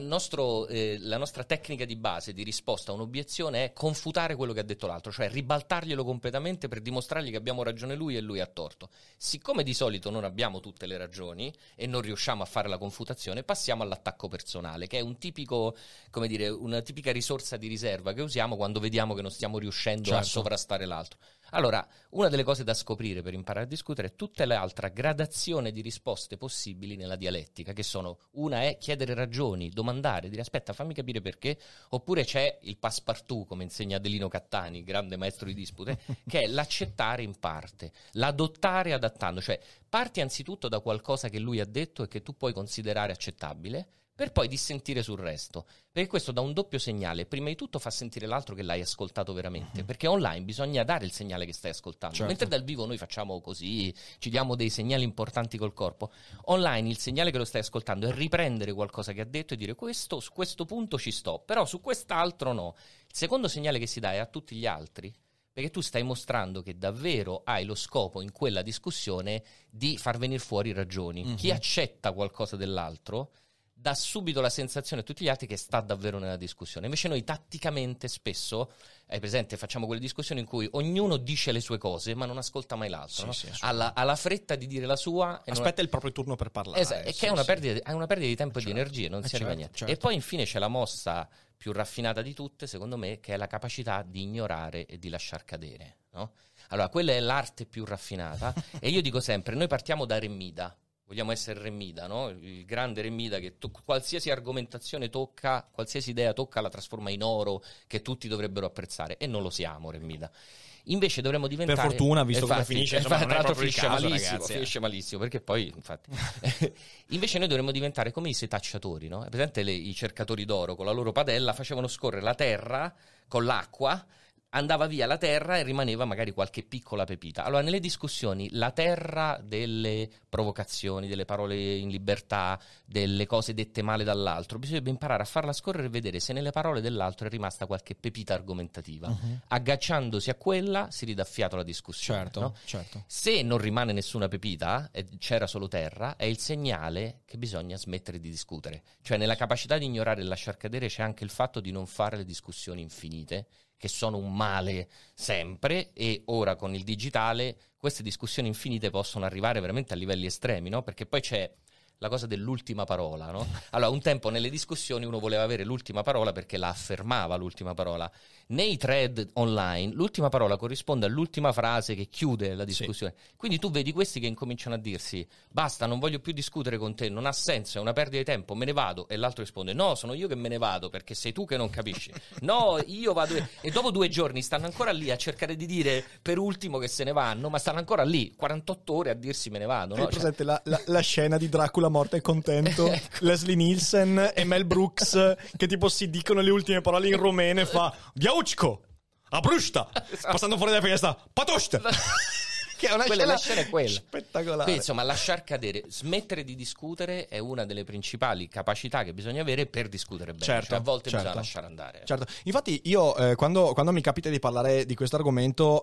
nostra tecnica di base di risposta a un'obiezione è confutare quello che ha detto l'altro, cioè ribaltarglielo completamente per dimostrargli che abbiamo ragione lui e lui ha torto. Siccome di solito non abbiamo tutte le ragioni e non riusciamo a fare la confutazione, passiamo all'attacco personale, che è un tipico, come dire, una tipica risorsa di riserva che usiamo quando vediamo che non stiamo riuscendo a sovrastare l'altro. Allora, una delle cose da scoprire per imparare a discutere è tutta l'altra gradazione di risposte possibili nella dialettica, che sono: una è chiedere ragioni, domandare, dire aspetta, fammi capire perché, oppure c'è il passepartout, come insegna Adelino Cattani, grande maestro di dispute, che è l'accettare in parte, l'adottare adattando, cioè parti anzitutto da qualcosa che lui ha detto e che tu puoi considerare accettabile, per poi dissentire sul resto, perché questo dà un doppio segnale. Prima di tutto fa sentire l'altro che l'hai ascoltato veramente, perché online bisogna dare il segnale che stai ascoltando, Certo. mentre dal vivo noi facciamo così, ci diamo dei segnali importanti col corpo. Online il segnale che lo stai ascoltando è riprendere qualcosa che ha detto e dire questo, su questo punto ci sto, però su quest'altro no. Il secondo segnale che si dà è a tutti gli altri, perché tu stai mostrando che davvero hai lo scopo in quella discussione di far venire fuori ragioni. Chi accetta qualcosa dell'altro dà subito la sensazione a tutti gli altri che sta davvero nella discussione. Invece noi tatticamente spesso, hai presente, facciamo quelle discussioni in cui ognuno dice le sue cose ma non ascolta mai l'altro, no? Sì, Ha la fretta di dire la sua e Aspetta il proprio turno per parlare. e che è una perdita di tempo e di energie, non si arriva a niente. certo. E poi infine c'è la mossa più raffinata di tutte, secondo me, che è la capacità di ignorare e di lasciar cadere, no? Allora, quella è l'arte più raffinata e io dico sempre, noi partiamo da Remida. Vogliamo essere Remida, no? Il grande Remida che qualsiasi argomentazione tocca, qualsiasi idea tocca, la trasforma in oro che tutti dovrebbero apprezzare. E non lo siamo, Remida. Invece dovremmo diventare... Per fortuna, visto come finisce, insomma, non è tra l'altro proprio il finisce caso, malissimo, ragazzi, finisce malissimo, perché poi, infatti... Invece noi dovremmo diventare come i setacciatori, no? È presente i cercatori d'oro con la loro padella facevano scorrere la terra con l'acqua, andava via la terra e rimaneva magari qualche piccola pepita. Allora, nelle discussioni, la terra delle provocazioni, delle parole in libertà, delle cose dette male dall'altro, bisognerebbe imparare a farla scorrere e vedere se nelle parole dell'altro è rimasta qualche pepita argomentativa. Agganciandosi a quella si ridà fiato alla discussione. Certo, no? certo. Se non rimane nessuna pepita e c'era solo terra, è il segnale che bisogna smettere di discutere. Cioè, nella capacità di ignorare e lasciar cadere c'è anche il fatto di non fare le discussioni infinite, che sono un male sempre, e ora con il digitale queste discussioni infinite possono arrivare veramente a livelli estremi, no? Perché poi c'è la cosa dell'ultima parola, no? Allora, un tempo nelle discussioni uno voleva avere l'ultima parola perché la affermava l'ultima parola. Nei thread online l'ultima parola corrisponde all'ultima frase che chiude la discussione. Sì. Quindi tu vedi questi che incominciano a dirsi basta, non voglio più discutere con te, non ha senso, è una perdita di tempo, me ne vado. E l'altro risponde no, sono io che me ne vado perché sei tu che non capisci. No, io vado. E dopo 2 giorni stanno ancora lì a cercare di dire per ultimo che se ne vanno, ma stanno ancora lì 48 ore a dirsi me ne vado, no? Hai presente la scena di Dracula morto e contento, Leslie Nielsen e Mel Brooks che tipo si dicono le ultime parole in romeno e fa Diaucco, Abrusta, passando fuori dalla finestra, Patosta. Che è una scena è quella. Spettacolare. Quindi, insomma, lasciar cadere, smettere di discutere è una delle principali capacità che bisogna avere per discutere bene. Certo, cioè, a volte certo. bisogna lasciare andare. Certo. Infatti io quando mi capita di parlare di questo argomento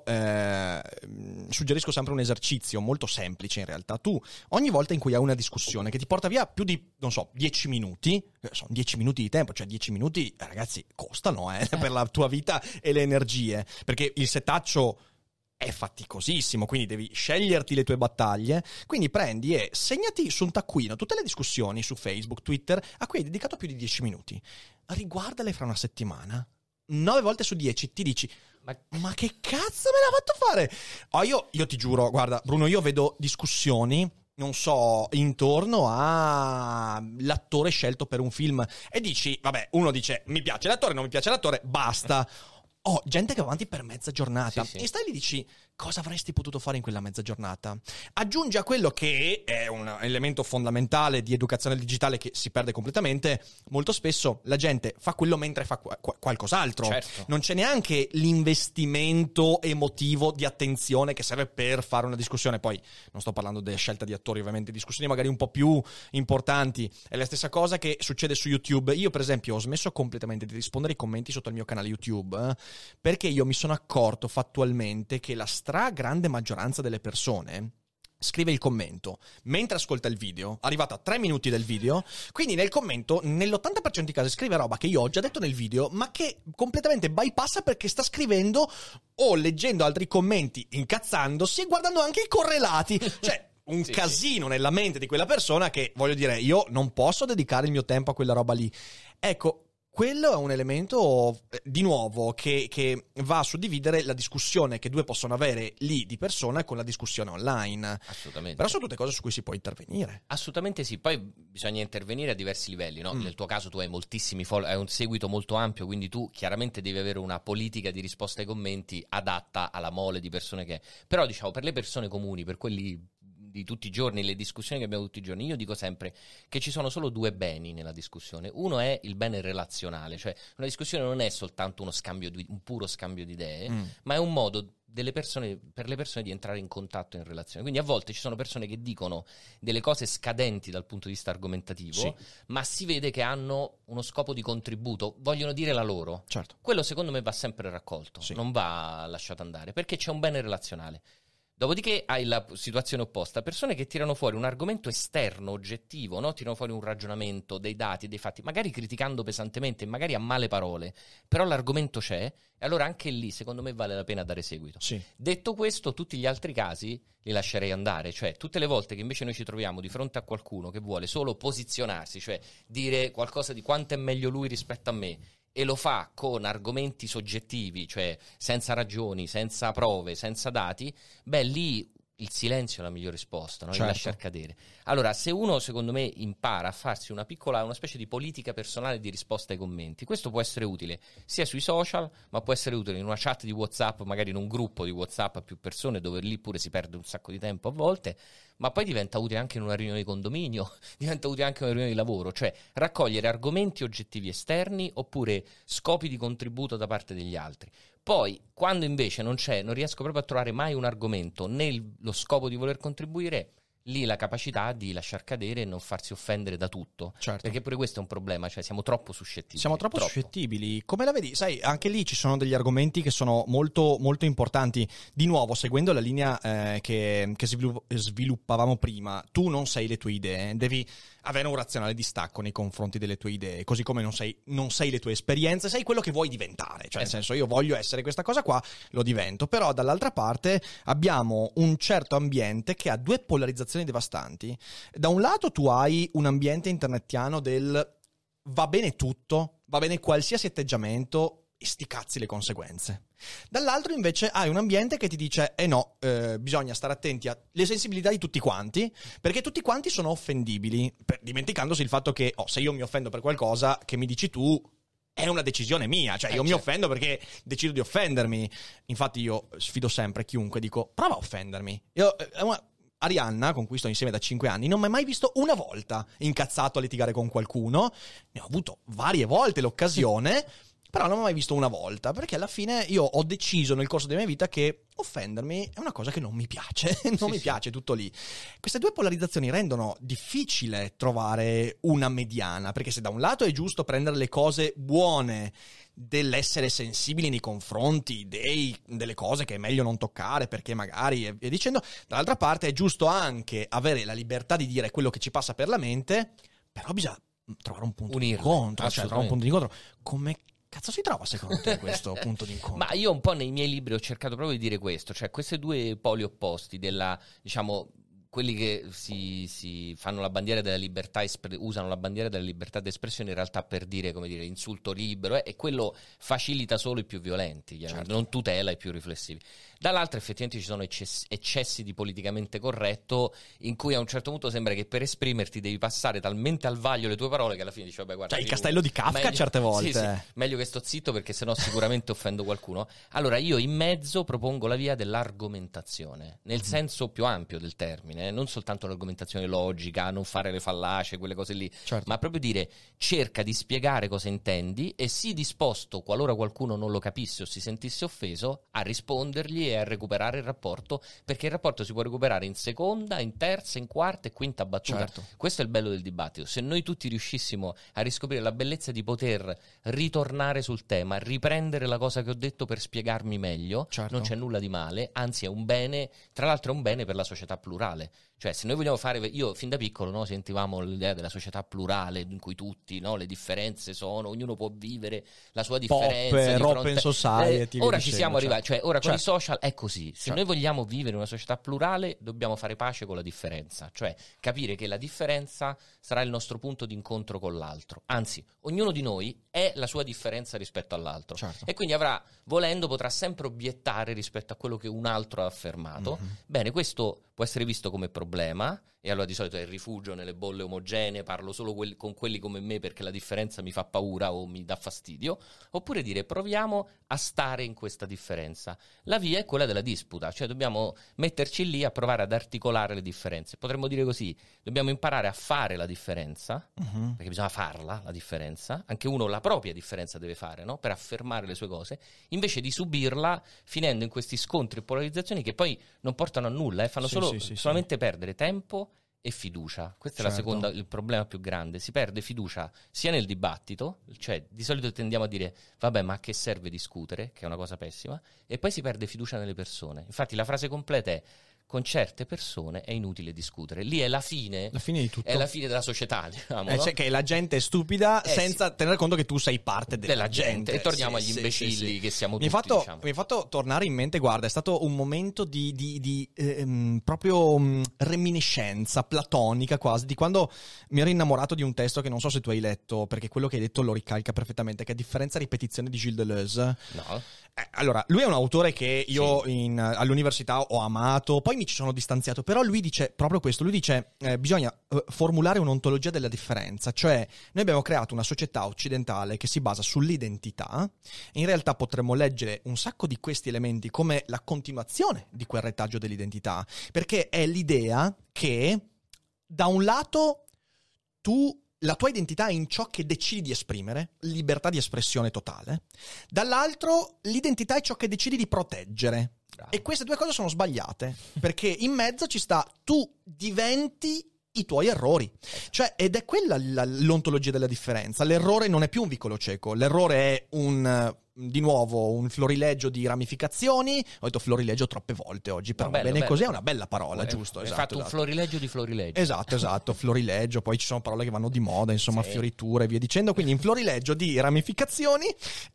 suggerisco sempre un esercizio molto semplice in realtà. Tu ogni volta in cui hai una discussione che ti porta via più di, non so, 10 minuti, sono 10 minuti di tempo, cioè 10 minuti ragazzi costano per la tua vita e le energie, perché il setaccio è faticosissimo, quindi devi sceglierti le tue battaglie. Quindi prendi e segnati su un taccuino tutte le discussioni su Facebook, Twitter a cui hai dedicato più di 10 minuti. Riguardale fra una settimana. 9 volte su 10 ti dici ma che cazzo me l'ha fatto fare? Io ti giuro, guarda Bruno, io vedo discussioni, non so, intorno a l'attore scelto per un film e dici, vabbè, uno dice mi piace l'attore, non mi piace l'attore, basta. Gente che va avanti per mezza giornata. Sì. E stai lì e dici cosa avresti potuto fare in quella mezza giornata. Aggiungi a quello che è un elemento fondamentale di educazione digitale che si perde completamente. Molto spesso la gente fa quello mentre fa qualcos'altro. Certo. Non c'è neanche l'investimento emotivo di attenzione che serve per fare una discussione. Poi non sto parlando della scelta di attori, ovviamente, discussioni magari un po' più importanti. È la stessa cosa che succede su YouTube. Io per esempio ho smesso completamente di rispondere ai commenti sotto il mio canale YouTube perché io mi sono accorto fattualmente che la stragrande maggioranza delle persone scrive il commento mentre ascolta il video, arrivata a 3 minuti del video, quindi nel commento nell'80% dei casi scrive roba che io ho già detto nel video, ma che completamente bypassa perché sta scrivendo o leggendo altri commenti incazzandosi e guardando anche i correlati, cioè un casino nella mente di quella persona che, voglio dire, io non posso dedicare il mio tempo a quella roba lì. Ecco, quello è un elemento, di nuovo, che va a suddividere la discussione che due possono avere lì di persona con la discussione online. Assolutamente. Però sono tutte cose su cui si può intervenire. Assolutamente sì, poi bisogna intervenire a diversi livelli, no? Nel tuo caso tu hai moltissimi hai un seguito molto ampio, quindi tu chiaramente devi avere una politica di risposta ai commenti adatta alla mole di persone che... Però diciamo, per le persone comuni, per quelli di tutti i giorni, le discussioni che abbiamo tutti i giorni, io dico sempre che ci sono solo due beni nella discussione. Uno è il bene relazionale, cioè una discussione non è soltanto un puro scambio di idee, ma è un modo per le persone di entrare in contatto in relazione. Quindi a volte ci sono persone che dicono delle cose scadenti dal punto di vista argomentativo, ma si vede che hanno uno scopo di contributo, vogliono dire la loro. Certo. Quello secondo me va sempre raccolto, non va lasciato andare, perché c'è un bene relazionale. Dopodiché hai la situazione opposta, persone che tirano fuori un argomento esterno, oggettivo, no? Tirano fuori un ragionamento, dei dati, dei fatti, magari criticando pesantemente, magari a male parole, però l'argomento c'è, e allora anche lì secondo me vale la pena dare seguito. Sì. Detto questo, tutti gli altri casi li lascerei andare, cioè tutte le volte che invece noi ci troviamo di fronte a qualcuno che vuole solo posizionarsi, cioè dire qualcosa di quanto è meglio lui rispetto a me, e lo fa con argomenti soggettivi, cioè senza ragioni, senza prove, senza dati, beh, lì il silenzio è la migliore risposta, no? Certo. Il lasciar cadere. Allora, se uno, secondo me, impara a farsi una specie di politica personale di risposta ai commenti, questo può essere utile sia sui social, ma può essere utile in una chat di WhatsApp, magari in un gruppo di WhatsApp a più persone, dove lì pure si perde un sacco di tempo a volte, ma poi diventa utile anche in una riunione di condominio, diventa utile anche in una riunione di lavoro, cioè raccogliere argomenti oggettivi esterni oppure scopi di contributo da parte degli altri. Poi, quando invece non riesco proprio a trovare mai un argomento né lo scopo di voler contribuire, lì la capacità di lasciar cadere e non farsi offendere da tutto. Certo. Perché pure questo è un problema, cioè siamo troppo suscettibili. Siamo troppo suscettibili. Come la vedi? Sai, anche lì ci sono degli argomenti che sono molto, molto importanti. Di nuovo, seguendo la linea che sviluppavamo prima, tu non sei le tue idee, devi avere un razionale distacco nei confronti delle tue idee, così come non sei le tue esperienze, sei quello che vuoi diventare. Cioè, nel senso, io voglio essere questa cosa qua, lo divento. Però dall'altra parte abbiamo un certo ambiente che ha due polarizzazioni devastanti. Da un lato tu hai un ambiente internetiano del va bene tutto, va bene qualsiasi atteggiamento, e sti cazzi le conseguenze. Dall'altro invece hai un ambiente che ti dice no, bisogna stare attenti alle sensibilità di tutti quanti, perché tutti quanti sono offendibili, dimenticandosi il fatto che se io mi offendo per qualcosa che mi dici tu è una decisione mia, cioè io mi offendo perché decido di offendermi. Infatti io sfido sempre chiunque, dico prova a offendermi. Arianna, con cui sto insieme da 5 anni, non mi ha mai visto una volta incazzato a litigare con qualcuno. Ne ho avuto varie volte l'occasione, però non mi ha mai visto una volta, perché alla fine io ho deciso nel corso della mia vita che offendermi è una cosa che non mi piace, piace tutto lì. Queste due polarizzazioni rendono difficile trovare una mediana, perché se da un lato è giusto prendere le cose buone dell'essere sensibili nei confronti delle cose che è meglio non toccare perché magari e via dicendo, dall'altra parte è giusto anche avere la libertà di dire quello che ci passa per la mente, però bisogna trovare un punto di incontro, cioè trovare un punto di incontro. Come cazzo si trova secondo te questo punto di incontro? Ma io un po' nei miei libri ho cercato proprio di dire questo, cioè questi due poli opposti della, diciamo, quelli che si fanno la bandiera della libertà, usano la bandiera della libertà d'espressione in realtà per dire, come dire, insulto libero, e quello facilita solo i più violenti, certo, non tutela i più riflessivi. Dall'altra effettivamente ci sono eccessi di politicamente corretto, in cui a un certo punto sembra che per esprimerti devi passare talmente al vaglio le tue parole che alla fine dici vabbè guarda, cioè il castello di Kafka certe volte. Sì, meglio che sto zitto perché sennò sicuramente offendo qualcuno. Allora io in mezzo propongo la via dell'argomentazione, nel senso più ampio del termine, argomentazione, non soltanto l'argomentazione logica, non fare le fallacie, quelle cose lì, Certo. ma proprio dire cerca di spiegare cosa intendi e sii disposto, qualora qualcuno non lo capisse o si sentisse offeso, a rispondergli e a recuperare il rapporto, perché il rapporto si può recuperare in seconda, in terza, in quarta e quinta battuta. Certo. Questo è il bello del dibattito. Se noi tutti riuscissimo a riscoprire la bellezza di poter ritornare sul tema, riprendere la cosa che ho detto per spiegarmi meglio, Certo. non c'è nulla di male, anzi è un bene, tra l'altro è un bene per la società plurale. Cioè, se noi vogliamo fare, io fin da piccolo, no, sentivamo l'idea della società plurale in cui tutti, no, le differenze sono, ognuno può vivere la sua differenza di Pop, fronte- open society, ora via ci dicendo, siamo arrivati, certo. cioè ora con i Certo. social è così. Se Certo. noi vogliamo vivere una società plurale, dobbiamo fare pace con la differenza, cioè capire che la differenza sarà il nostro punto di incontro con l'altro. Anzi, ognuno di noi è la sua differenza rispetto all'altro. Certo. E quindi volendo, potrà sempre obiettare rispetto a quello che un altro ha affermato. Mhm. Bene, questo può essere visto come problema, e allora di solito è il rifugio nelle bolle omogenee, parlo solo con quelli come me perché la differenza mi fa paura o mi dà fastidio, oppure dire proviamo a stare in questa differenza. La via è quella della disputa, cioè dobbiamo metterci lì a provare ad articolare le differenze. Potremmo dire così, dobbiamo imparare a fare la differenza, Mhm. perché bisogna farla, la differenza, anche uno la propria differenza deve fare, no? Per affermare le sue cose, invece di subirla finendo in questi scontri e polarizzazioni che poi non portano a nulla, fanno Sì, solamente perdere tempo e fiducia. Questo è Certo. il problema più grande. Si perde fiducia sia nel dibattito, cioè di solito tendiamo a dire vabbè, ma a che serve discutere, che è una cosa pessima, e poi si perde fiducia nelle persone. Infatti la frase completa è con certe persone è inutile discutere. Lì è la fine, La fine di tutto. è la fine della società, diciamo, no? Cioè che la gente è stupida Eh, senza tenere conto che tu sei parte della gente. E torniamo Sì, agli sì, imbecilli sì, sì. che siamo Mi tutti, ha fatto, diciamo. mi ha fatto tornare in mente, guarda, è stato un momento di proprio reminiscenza platonica quasi, di quando mi ero innamorato di un testo che non so se tu hai letto, perché quello che hai detto lo ricalca perfettamente, che è Differenza e ripetizione di Gilles Deleuze. No? Allora, lui è un autore che io all'università ho amato, poi mi ci sono distanziato, però lui dice proprio questo, lui dice bisogna formulare un'ontologia della differenza, cioè noi abbiamo creato una società occidentale che si basa sull'identità, e in realtà potremmo leggere un sacco di questi elementi come la continuazione di quel retaggio dell'identità, perché è l'idea che da un lato la tua identità è in ciò che decidi di esprimere, libertà di espressione totale. Dall'altro, l'identità è ciò che decidi di proteggere. Bravo. E queste due cose sono sbagliate, perché in mezzo ci sta tu diventi i tuoi errori. Cioè, ed è quella l'ontologia della differenza. L'errore non è più un vicolo cieco, l'errore è di nuovo un florileggio di ramificazioni. Ho detto florileggio troppe volte oggi, però No, bello, bene bello. così, è una bella parola, giusto? Hai Esatto, fatto un esatto. florileggio di florileggio. Esatto, florileggio, poi ci sono parole che vanno di moda, insomma, Sì. fioriture e via dicendo, quindi in florileggio di ramificazioni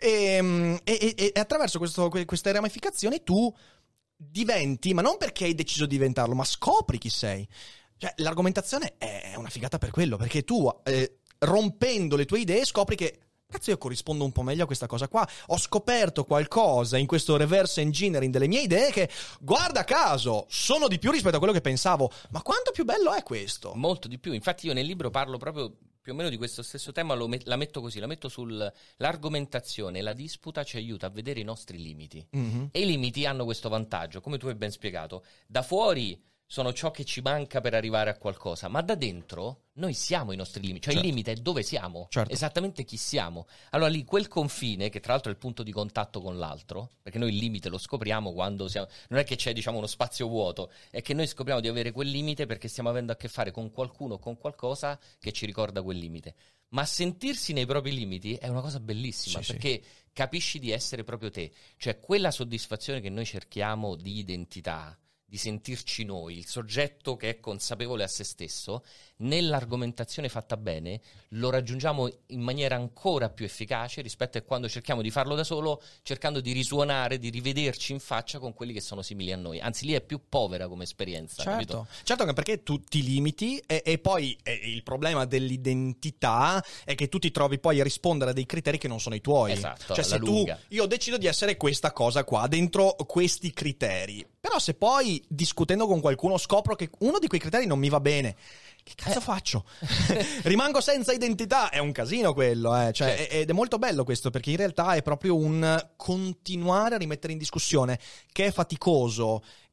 e attraverso queste ramificazioni tu diventi, ma non perché hai deciso di diventarlo, ma scopri chi sei. Cioè, l'argomentazione è una figata per quello, perché tu rompendo le tue idee scopri che cazzo, io corrispondo un po' meglio a questa cosa qua. Ho scoperto qualcosa in questo reverse engineering delle mie idee che, guarda caso, sono di più rispetto a quello che pensavo. Ma quanto più bello è questo? Molto di più. Infatti io nel libro parlo proprio più o meno di questo stesso tema, la metto così, la metto sull'argomentazione, la disputa ci aiuta a vedere i nostri limiti. Mhm. E i limiti hanno questo vantaggio, come tu hai ben spiegato. Da fuori sono ciò che ci manca per arrivare a qualcosa, ma da dentro noi siamo i nostri limiti, cioè Certo. il limite è dove siamo, Certo. esattamente chi siamo. Allora lì quel confine, che tra l'altro è il punto di contatto con l'altro, perché noi il limite lo scopriamo quando siamo, non è che c'è diciamo uno spazio vuoto, è che noi scopriamo di avere quel limite perché stiamo avendo a che fare con qualcuno o con qualcosa che ci ricorda quel limite. Ma sentirsi nei propri limiti è una cosa bellissima, Sì, perché capisci di essere proprio te, cioè quella soddisfazione che noi cerchiamo di identità, di sentirci noi, il soggetto che è consapevole a se stesso, nell'argomentazione fatta bene lo raggiungiamo in maniera ancora più efficace rispetto a quando cerchiamo di farlo da solo, cercando di risuonare, di rivederci in faccia con quelli che sono simili a noi. Anzi, lì è più povera come esperienza, capito? Certo, anche perché tu ti limiti e poi il problema dell'identità è che tu ti trovi poi a rispondere a dei criteri che non sono i tuoi. Esatto, cioè alla se lunga. io decido di essere questa cosa qua dentro questi criteri, però se poi discutendo con qualcuno scopro che uno di quei criteri non mi va bene, che cazzo faccio? Rimango senza identità, è un casino quello, Cioè, Certo. ed è molto bello questo, perché in realtà è proprio un continuare a rimettere in discussione, che è faticoso,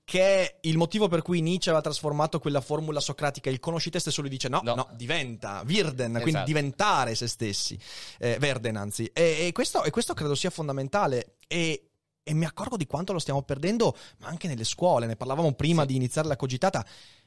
che è il motivo per cui Nietzsche aveva trasformato quella formula socratica, il conosci te stesso, lui dice no, diventa, Wirden, quindi Esatto. diventare se stessi, Werden anzi, e questo credo sia fondamentale, e mi accorgo di quanto lo stiamo perdendo, ma anche nelle scuole, ne parlavamo prima di iniziare la cogitata.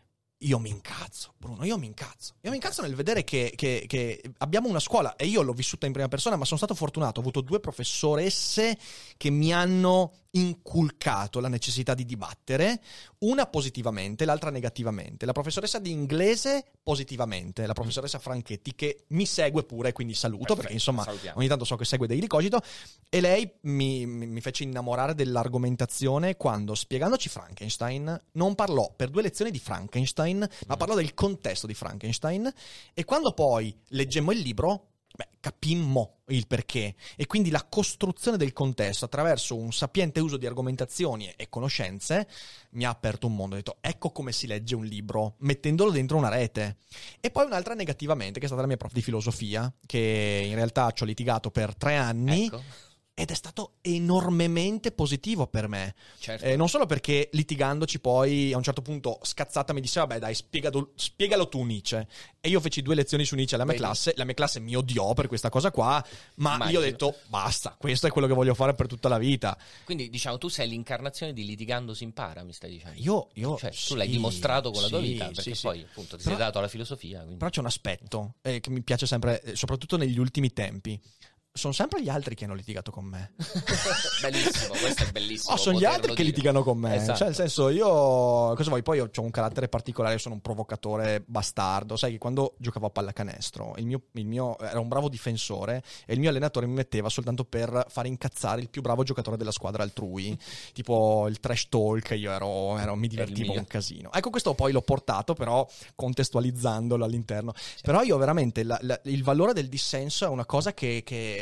Io mi incazzo, Bruno, io mi incazzo nel vedere che abbiamo una scuola, e io l'ho vissuta in prima persona, ma sono stato fortunato, ho avuto 2 professoresse che mi hanno inculcato la necessità di dibattere, una positivamente, l'altra negativamente. La professoressa di inglese positivamente, la professoressa Franchetti, che mi segue pure, quindi saluto, Perfetto, perché insomma salutiamo. ogni tanto so che segue Daily Cogito, e lei mi fece innamorare dell'argomentazione quando, spiegandoci Frankenstein, non parlò per 2 lezioni di Frankenstein, ma parlò del contesto di Frankenstein, e quando poi leggemmo il libro, capimmo il perché, e quindi la costruzione del contesto attraverso un sapiente uso di argomentazioni e conoscenze mi ha aperto un mondo. Ho detto, ecco come si legge un libro, mettendolo dentro una rete. E poi un'altra negativamente, che è stata la mia prof di filosofia, che in realtà ci ho litigato per 3 anni, Ecco. ed è stato enormemente positivo per me. Certo. Non solo perché litigandoci poi a un certo punto scazzata mi disse vabbè dai spiegalo tu Nietzsche, e io feci 2 lezioni su Nietzsche alla mia classe, la mia classe mi odiò per questa cosa qua, ma Immagino. io ho detto basta, questo è quello che voglio fare per tutta la vita. Quindi diciamo tu sei l'incarnazione di litigando si impara, mi stai dicendo? Io Cioè, sì, tu l'hai dimostrato con la tua sì, vita, perché sì, poi sì. appunto ti Però- sei dato alla filosofia. Quindi. Però c'è un aspetto che mi piace sempre, soprattutto negli ultimi tempi. Sono sempre gli altri che hanno litigato con me. Bellissimo, questo è bellissimo. Sono gli poterlo altri che dire. litigano con me. Esatto. Cioè, nel senso, io cosa vuoi? Poi io ho un carattere particolare, sono un provocatore bastardo. Sai che quando giocavo a pallacanestro, il mio era un bravo difensore, e il mio allenatore mi metteva soltanto per fare incazzare il più bravo giocatore della squadra altrui. Tipo il trash talk, io mi divertivo un casino. Ecco, questo poi l'ho portato, però contestualizzandolo all'interno. Però io veramente il valore del dissenso è una cosa che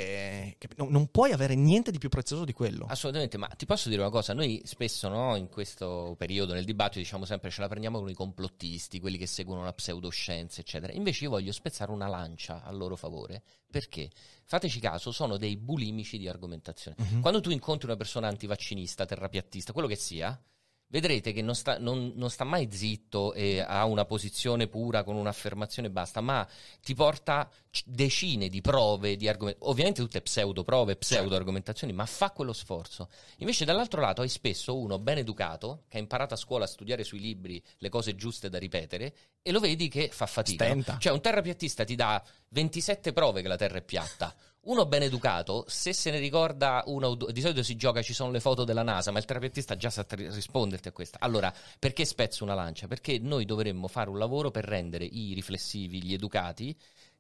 non puoi avere niente di più prezioso di quello. Assolutamente, ma ti posso dire una cosa, noi spesso no, in questo periodo nel dibattito diciamo sempre ce la prendiamo con i complottisti, quelli che seguono la pseudoscienza eccetera, invece io voglio spezzare una lancia a loro favore, perché fateci caso, sono dei bulimici di argomentazione. Quando tu incontri una persona antivaccinista, terrapiattista, quello che sia, vedrete che non sta mai zitto e ha una posizione pura con un'affermazione e basta, ma ti porta decine di prove, di argomenti, ovviamente tutte pseudo prove, pseudo argomentazioni, ma fa quello sforzo. Invece dall'altro lato hai spesso uno ben educato che ha imparato a scuola a studiare sui libri le cose giuste da ripetere, e lo vedi che fa fatica. Stenta. Cioè un terrapiattista ti dà 27 prove che la terra è piatta. Uno ben educato, se se ne ricorda una o due, di solito si gioca, ci sono le foto della NASA, ma il terapeuta già sa risponderti a questa. Allora, perché spezzo una lancia? Perché noi dovremmo fare un lavoro per rendere i riflessivi, gli educati,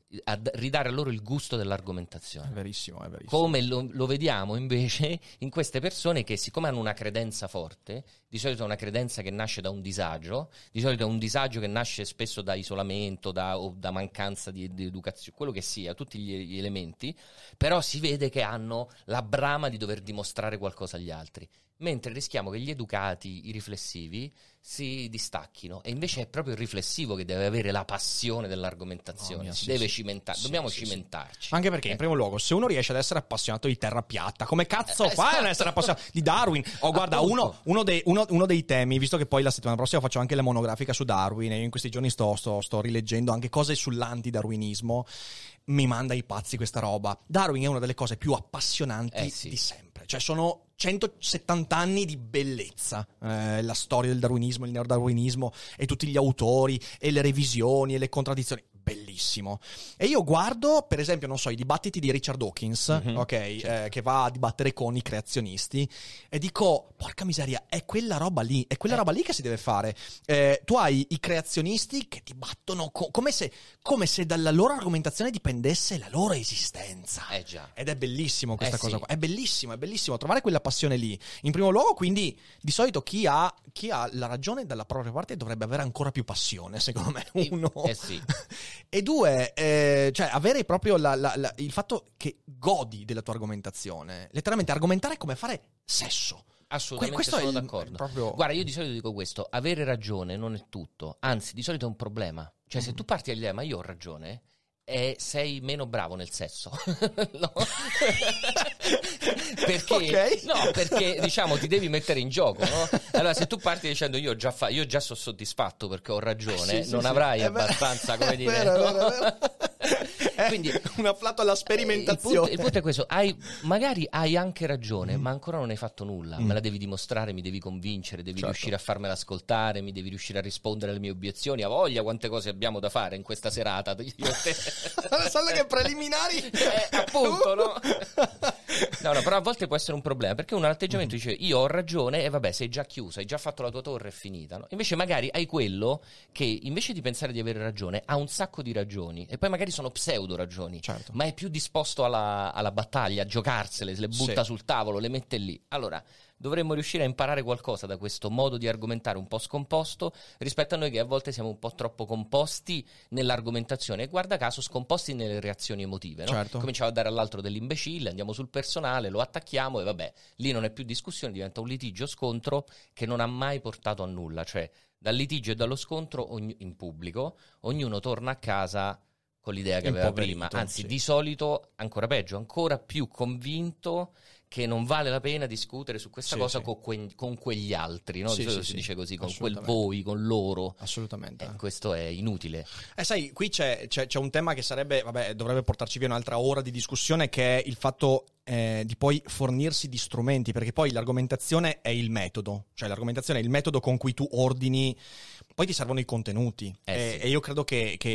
a ridare a loro il gusto dell'argomentazione. È verissimo. Come lo vediamo invece in queste persone che, siccome hanno una credenza forte, di solito è una credenza che nasce da un disagio, di solito è un disagio che nasce spesso da isolamento, o da mancanza di educazione, quello che sia, tutti gli elementi, però si vede che hanno la brama di dover dimostrare qualcosa agli altri. Mentre rischiamo che gli educati, i riflessivi, si distacchino, e invece è proprio il riflessivo che deve avere la passione dell'argomentazione, deve cimentare, dobbiamo cimentarci. Anche perché in primo luogo, se uno riesce ad essere appassionato di terra piatta, come cazzo fai a non essere appassionato di Darwin? Guarda, uno dei temi, visto che poi la settimana prossima faccio anche la monografica su Darwin, e io in questi giorni sto rileggendo anche cose sull'antidarwinismo, mi manda i pazzi questa roba. Darwin è una delle cose più appassionanti di sempre, cioè sono 170 anni di bellezza, la storia del darwinismo, il neodarwinismo, e tutti gli autori e le revisioni e le contraddizioni. Bellissimo. E io guardo, per esempio, non so, i dibattiti di Richard Dawkins, che va a dibattere con i creazionisti, e dico, porca miseria, è quella roba lì che si deve fare. Tu hai i creazionisti che dibattono come se dalla loro argomentazione dipendesse la loro esistenza. Già. Ed è bellissimo questa cosa sì. qua. È bellissimo trovare quella passione lì. In primo luogo, quindi, di solito chi ha la ragione dalla propria parte dovrebbe avere ancora più passione, secondo me. Uno. Sì. E due, cioè avere proprio il fatto che godi della tua argomentazione. Letteralmente argomentare è come fare sesso. Assolutamente Questo sono è d'accordo. proprio... Guarda, io di solito dico questo: avere ragione non è tutto, anzi di solito è un problema. Cioè se tu parti dall'idea ma io ho ragione, sei meno bravo nel sesso. No? Perché, Ok. no, perché diciamo ti devi mettere in gioco, no? Allora se tu parti dicendo io già sono soddisfatto perché ho ragione, Sì, non sì, avrai sì. abbastanza, come dire, Vero, no? vero. Quindi un afflato alla sperimentazione. il punto è questo, magari hai anche ragione, ma ancora non hai fatto nulla, me la devi dimostrare, mi devi convincere, devi Certo. riuscire a farmela ascoltare, mi devi riuscire a rispondere alle mie obiezioni, a voglia quante cose abbiamo da fare in questa serata, io e te. Sai che preliminari? Appunto, no? No, però a volte può essere un problema, perché uno all'atteggiamento dice io ho ragione e vabbè, sei già chiusa, hai già fatto la tua torre, è finita, no? Invece magari hai quello che invece di pensare di avere ragione ha un sacco di ragioni e poi magari sono pseudo ragioni, Certo. ma è più disposto alla battaglia, a giocarsele, se le butta Sì. sul tavolo, le mette lì. Allora dovremmo riuscire a imparare qualcosa da questo modo di argomentare un po' scomposto rispetto a noi che a volte siamo un po' troppo composti nell'argomentazione e guarda caso scomposti nelle reazioni emotive, no? Certo. Cominciamo a dare all'altro dell'imbecille, andiamo sul personale, lo attacchiamo e vabbè, lì non è più discussione, diventa un litigio scontro che non ha mai portato a nulla, cioè dal litigio e dallo scontro in pubblico ognuno torna a casa con l'idea che aveva Impoverito, prima, anzi sì. di solito ancora peggio, ancora più convinto che non vale la pena discutere su questa Sì, cosa sì. con quegli altri, no? Sì, Di solito sì, si sì. dice così, con quel Assolutamente. voi, con loro. Assolutamente. Questo è inutile. Sai, qui c'è un tema che sarebbe, vabbè, dovrebbe portarci via un'altra ora di discussione, che è il fatto di poi fornirsi di strumenti, perché poi l'argomentazione è il metodo, cioè l'argomentazione è il metodo con cui tu ordini, poi ti servono i contenuti. Sì. E io credo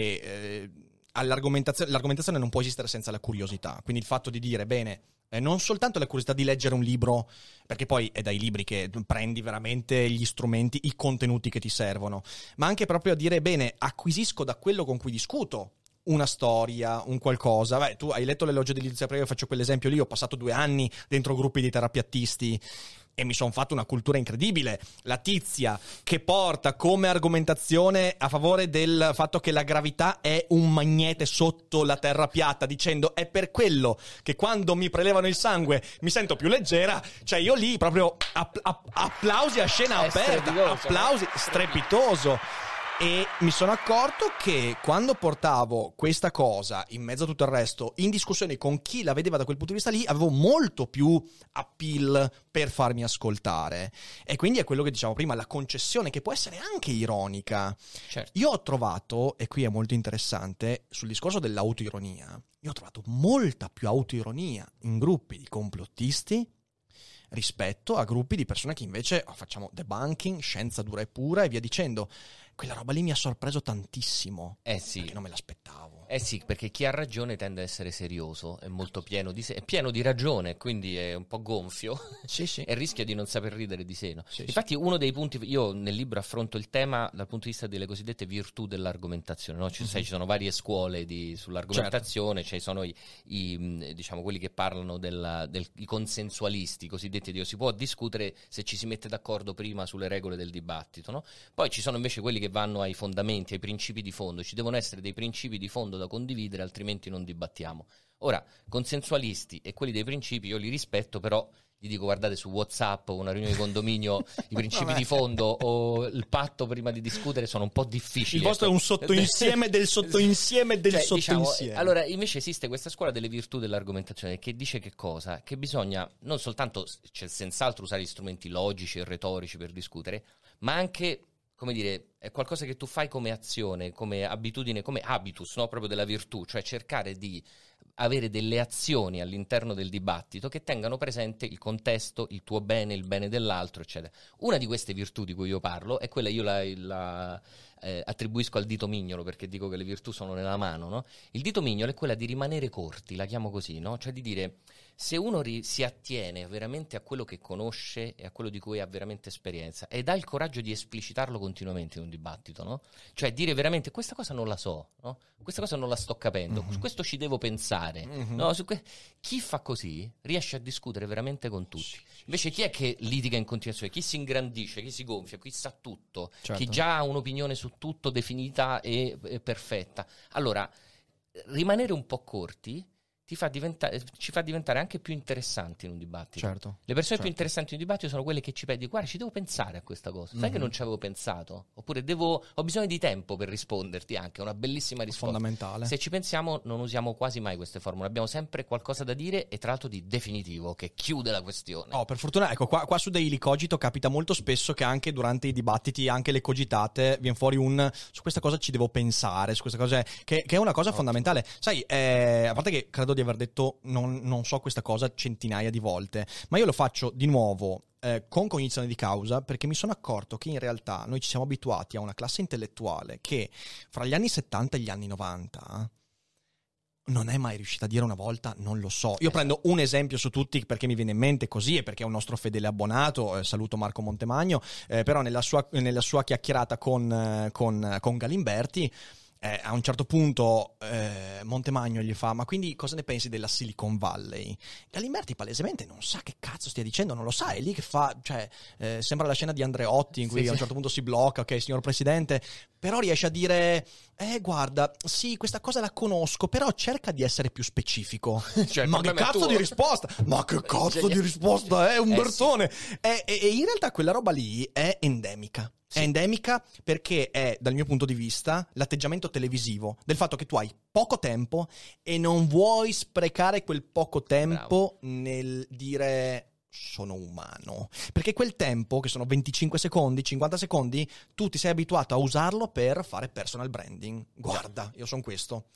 che l'argomentazione non può esistere senza la curiosità, quindi il fatto di dire, bene, non soltanto la curiosità di leggere un libro, perché poi è dai libri che prendi veramente gli strumenti, i contenuti che ti servono, ma anche proprio a dire, bene, acquisisco da quello con cui discuto una storia, un qualcosa. Beh, tu hai letto l'elogio di Lizia Prego, faccio quell'esempio lì, ho passato 2 anni dentro gruppi di terapiattisti e mi sono fatto una cultura incredibile. La tizia che porta come argomentazione a favore del fatto che la gravità è un magnete sotto la terra piatta, dicendo è per quello che quando mi prelevano il sangue mi sento più leggera, cioè io lì proprio applausi a scena È aperta, strepitoso, applausi, strepitoso. E mi sono accorto che quando portavo questa cosa in mezzo a tutto il resto in discussione con chi la vedeva da quel punto di vista lì, avevo molto più appeal per farmi ascoltare. E quindi è quello che diciamo prima, la concessione, che può essere anche ironica. Certo. Io ho trovato, e qui è molto interessante, sul discorso dell'autoironia, io ho trovato molta più autoironia in gruppi di complottisti rispetto a gruppi di persone che invece facciamo debunking, scienza dura e pura e via dicendo. Quella roba lì mi ha sorpreso tantissimo. Sì. Perché non me l'aspettavo. Sì, perché chi ha ragione tende a essere serioso, è molto pieno di sé, è pieno di ragione, quindi è un po' gonfio Sì, sì. e rischia di non saper ridere di sé. No? Sì, Infatti uno dei punti, io nel libro affronto il tema dal punto di vista delle cosiddette virtù dell'argomentazione, no? Sai, ci sono varie scuole sull'argomentazione, ci sono diciamo quelli che parlano i consensualisti, cosiddetti, si può discutere se ci si mette d'accordo prima sulle regole del dibattito, no? Poi ci sono invece quelli che vanno ai fondamenti, ai principi di fondo, ci devono essere dei principi di fondo da condividere, altrimenti non dibattiamo. Ora, consensualisti e quelli dei principi io li rispetto, però gli dico guardate su WhatsApp o una riunione di condominio i principi di fondo o il patto prima di discutere sono un po' difficili. Il vostro è un sottoinsieme del sottoinsieme del sottoinsieme. Diciamo, allora invece esiste questa scuola delle virtù dell'argomentazione che dice che cosa? Che bisogna non soltanto, cioè senz'altro usare gli strumenti logici e retorici per discutere, ma anche, come dire, è qualcosa che tu fai come azione, come abitudine, come habitus, no? Proprio della virtù, cioè cercare di avere delle azioni all'interno del dibattito che tengano presente il contesto, il tuo bene, il bene dell'altro, eccetera. Una di queste virtù di cui io parlo è quella, io la attribuisco al dito mignolo perché dico che le virtù sono nella mano, no? Il dito mignolo è quella di rimanere corti, la chiamo così, no? Cioè di dire, se uno si attiene veramente a quello che conosce e a quello di cui ha veramente esperienza ed ha il coraggio di esplicitarlo continuamente in un dibattito, no? Cioè dire veramente questa cosa non la so, no? Questa cosa non la sto capendo, su questo ci devo pensare, no? Chi fa così riesce a discutere veramente con tutti. Invece chi è che litiga in continuazione? Chi si ingrandisce, chi si gonfia, chi sa tutto, Certo. chi già ha un'opinione su tutto definita e perfetta. Allora, rimanere un po' corti ci fa diventare anche più interessanti in un dibattito. Certo. Le persone più interessanti in un dibattito sono quelle che ci dicono: guarda, ci devo pensare a questa cosa, sai che non ci avevo pensato, oppure ho bisogno di tempo per risponderti, anche una bellissima risposta. Fondamentale. Se ci pensiamo non usiamo quasi mai queste formule, abbiamo sempre qualcosa da dire e tra l'altro di definitivo che chiude la questione. Oh, per fortuna, ecco, qua su Daily Cogito capita molto spesso che anche durante i dibattiti, anche le cogitate, viene fuori su questa cosa ci devo pensare, su questa cosa che è una cosa fondamentale. Sai, a parte che credo di aver detto non so questa cosa centinaia di volte, ma io lo faccio di nuovo con cognizione di causa, perché mi sono accorto che in realtà noi ci siamo abituati a una classe intellettuale che fra gli anni 70 e gli anni 90 non è mai riuscita a dire una volta non lo so. Io prendo un esempio su tutti perché mi viene in mente così e perché è un nostro fedele abbonato, saluto Marco Montemagno, però nella sua chiacchierata con Galimberti, a un certo punto Montemagno gli fa: ma quindi cosa ne pensi della Silicon Valley? Galimberti palesemente non sa che cazzo stia dicendo, non lo sa, è lì che fa, cioè sembra la scena di Andreotti in cui a un certo punto si blocca, ok signor Presidente, però riesce a dire guarda, sì, questa cosa la conosco, però cerca di essere più specifico. Cioè, ma che cazzo di risposta? Ma che cazzo di risposta è Umbertone? E in realtà quella roba lì è endemica. È endemica perché è, dal mio punto di vista, l'atteggiamento televisivo del fatto che tu hai poco tempo e non vuoi sprecare quel poco tempo nel dire sono umano. Perché quel tempo, che sono 25 secondi, 50 secondi, tu ti sei abituato a usarlo per fare personal branding. Guarda, io sono questo.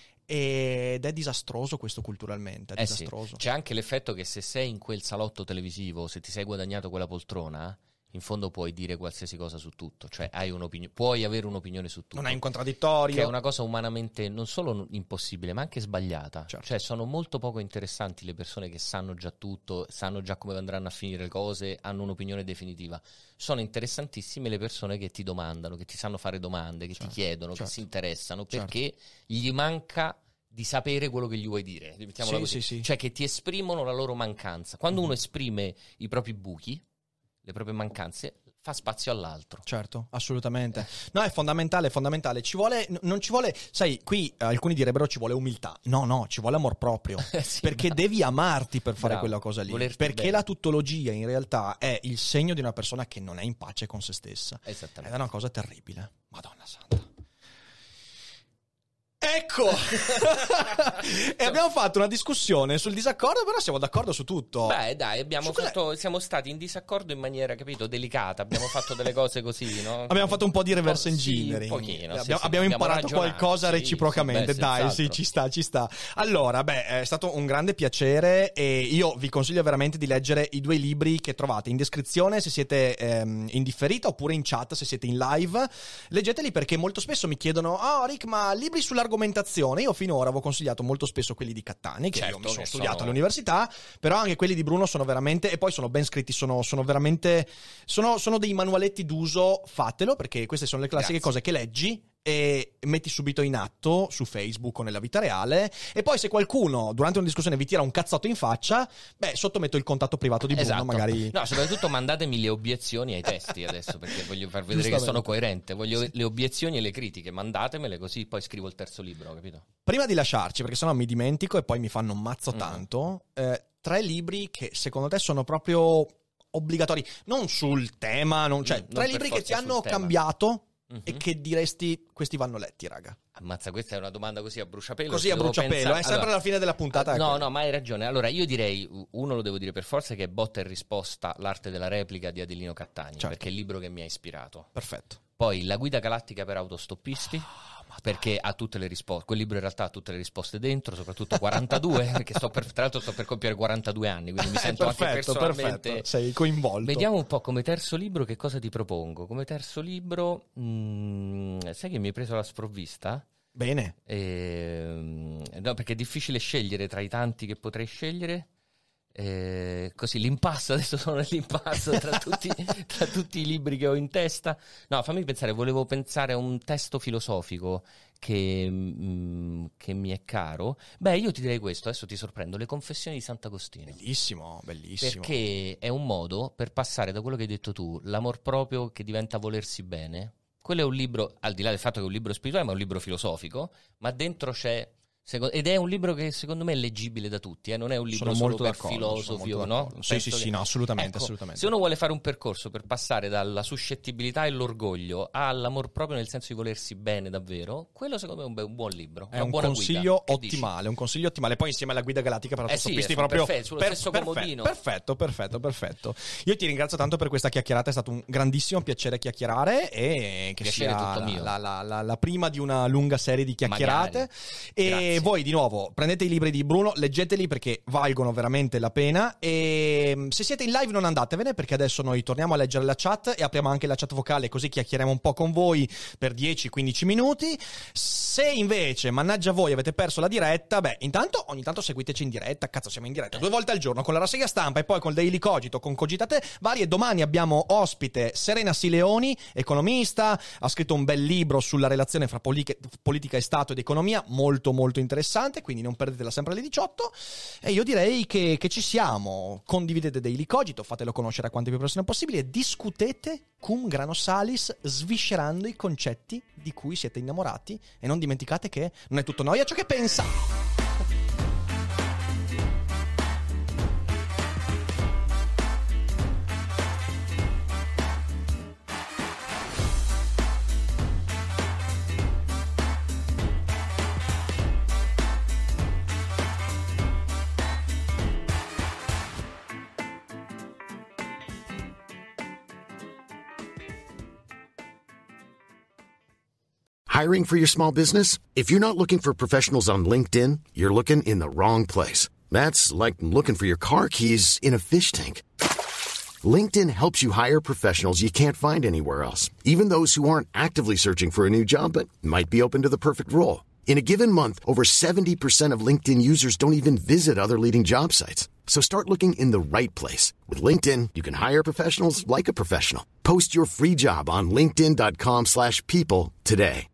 Ed è disastroso questo culturalmente, è disastroso. Sì. C'è anche l'effetto che se sei in quel salotto televisivo, se ti sei guadagnato quella poltrona, in fondo puoi dire qualsiasi cosa su tutto, cioè hai un'opinione, puoi avere un'opinione su tutto. Non hai un contraddittorio. Che è una cosa umanamente non solo impossibile, ma anche sbagliata. Certo. Cioè sono molto poco interessanti le persone che sanno già tutto, sanno già come andranno a finire le cose, hanno un'opinione definitiva. Sono interessantissime le persone che ti domandano, che ti sanno fare domande, che ti chiedono, che si interessano, perché gli manca di sapere quello che gli vuoi dire. Mettiamola così. Sì. Cioè che ti esprimono la loro mancanza. Quando uno esprime i propri buchi, le proprie mancanze, fa spazio all'altro. Certo, assolutamente. No, è fondamentale. Non ci vuole, sai, qui alcuni direbbero ci vuole umiltà. No, ci vuole amor proprio. Perché devi amarti per fare quella cosa lì. Perché bene. la tuttologia in realtà è il segno di una persona che non è in pace con se stessa. Esattamente. È una cosa terribile. Madonna santa. Ecco! E abbiamo fatto una discussione sul disaccordo, però siamo d'accordo su tutto. Beh, dai, siamo stati in disaccordo in maniera, capito, delicata. Abbiamo fatto delle cose così, no? Abbiamo fatto un po' di reverse engineering. Un pochino. Abbiamo imparato qualcosa reciprocamente. Sì, ci sta. Allora, è stato un grande piacere e io vi consiglio veramente di leggere i 2 libri che trovate in descrizione se siete in differita, oppure in chat se siete in live. Leggeteli perché molto spesso mi chiedono: Rick, ma libri sull'argomentazione? Io finora avevo consigliato molto spesso quelli di Cattani, che io mi sono studiato all'università, però anche quelli di Bruno sono veramente, e poi sono ben scritti, sono veramente, sono dei manualetti d'uso. Fatelo, perché queste sono le classiche cose che leggi e metti subito in atto su Facebook o nella vita reale, e poi se qualcuno durante una discussione vi tira un cazzotto in faccia, sotto metto il contatto privato di Bruno, magari. No, soprattutto mandatemi le obiezioni ai testi adesso, perché voglio far vedere che sono coerente. Voglio le obiezioni e le critiche, mandatemele, così poi scrivo il terzo libro, capito? Prima di lasciarci, perché sennò mi dimentico e poi mi fanno un mazzo tanto, 3 libri che secondo te sono proprio obbligatori, non sul tema, 3 libri che ti hanno cambiato e che diresti questi vanno letti, raga. Ammazza, questa è una domanda così a bruciapelo. Così a bruciapelo, è sempre alla fine della puntata. No, ma hai ragione. Allora, io direi, uno lo devo dire per forza, che è Botta e risposta, l'arte della replica di Adelino Cattani, perché è il libro che mi ha ispirato. Perfetto. Poi La guida galattica per autostoppisti, perché ha tutte le risposte. Quel libro in realtà ha tutte le risposte dentro, soprattutto 42, perché tra l'altro sto per compiere 42 anni, quindi mi sento anche personalmente... Perfetto, sei coinvolto. Vediamo un po' come terzo libro che cosa ti propongo. Come terzo libro, sai che mi hai preso la sprovvista? Bene. No, perché è difficile scegliere tra i tanti che potrei scegliere. Così l'impasse, adesso sono nell'impasse tra tutti i libri che ho in testa. No, fammi pensare, volevo pensare a un testo filosofico che mi è caro. Io ti direi questo, adesso ti sorprendo: Le confessioni di Sant'Agostino. Bellissimo. Perché è un modo per passare da quello che hai detto tu, l'amor proprio che diventa volersi bene. Quello è un libro, al di là del fatto che è un libro spirituale, ma è un libro filosofico, ma dentro c'è Ed è un libro che secondo me è leggibile da tutti, non è un libro solo per filosofi, no? Sì, no, assolutamente, ecco, assolutamente. Se uno vuole fare un percorso per passare dalla suscettibilità e l'orgoglio all'amor proprio nel senso di volersi bene davvero, quello secondo me è un buon libro. È un consiglio ottimale, un consiglio ottimale. Poi insieme alla guida galattica per autostoppisti proprio sullo stesso comodino. Perfetto. Io ti ringrazio tanto per questa chiacchierata, è stato un grandissimo piacere chiacchierare e che piacere sia tutto mio. La prima di una lunga serie di chiacchierate. Magari. E Grazie. voi di nuovo prendete i libri di Bruno, leggeteli perché valgono veramente la pena, e se siete in live non andatevene perché adesso noi torniamo a leggere la chat e apriamo anche la chat vocale, così chiacchieriamo un po' con voi per 10-15 minuti. Se invece, mannaggia voi, avete perso la diretta, intanto ogni tanto seguiteci in diretta, cazzo siamo in diretta 2 volte al giorno con la rassegna stampa e poi con Daily Cogito, con Cogitate Varie. Domani abbiamo ospite Serena Sileoni, economista, ha scritto un bel libro sulla relazione fra politica e Stato ed economia, molto molto interessante, quindi non perdetela sempre alle 18. E io direi che ci siamo. Condividete Daily Cogito, fatelo conoscere a quante più persone possibili e discutete cum grano salis, sviscerando i concetti di cui siete innamorati, e non dimenticate che non è tutto noia ciò che pensa. Hiring for your small business? If you're not looking for professionals on LinkedIn, you're looking in the wrong place. That's like looking for your car keys in a fish tank. LinkedIn helps you hire professionals you can't find anywhere else, even those who aren't actively searching for a new job but might be open to the perfect role. In a given month, over 70% of LinkedIn users don't even visit other leading job sites. So start looking in the right place. With LinkedIn, you can hire professionals like a professional. Post your free job on linkedin.com/people today.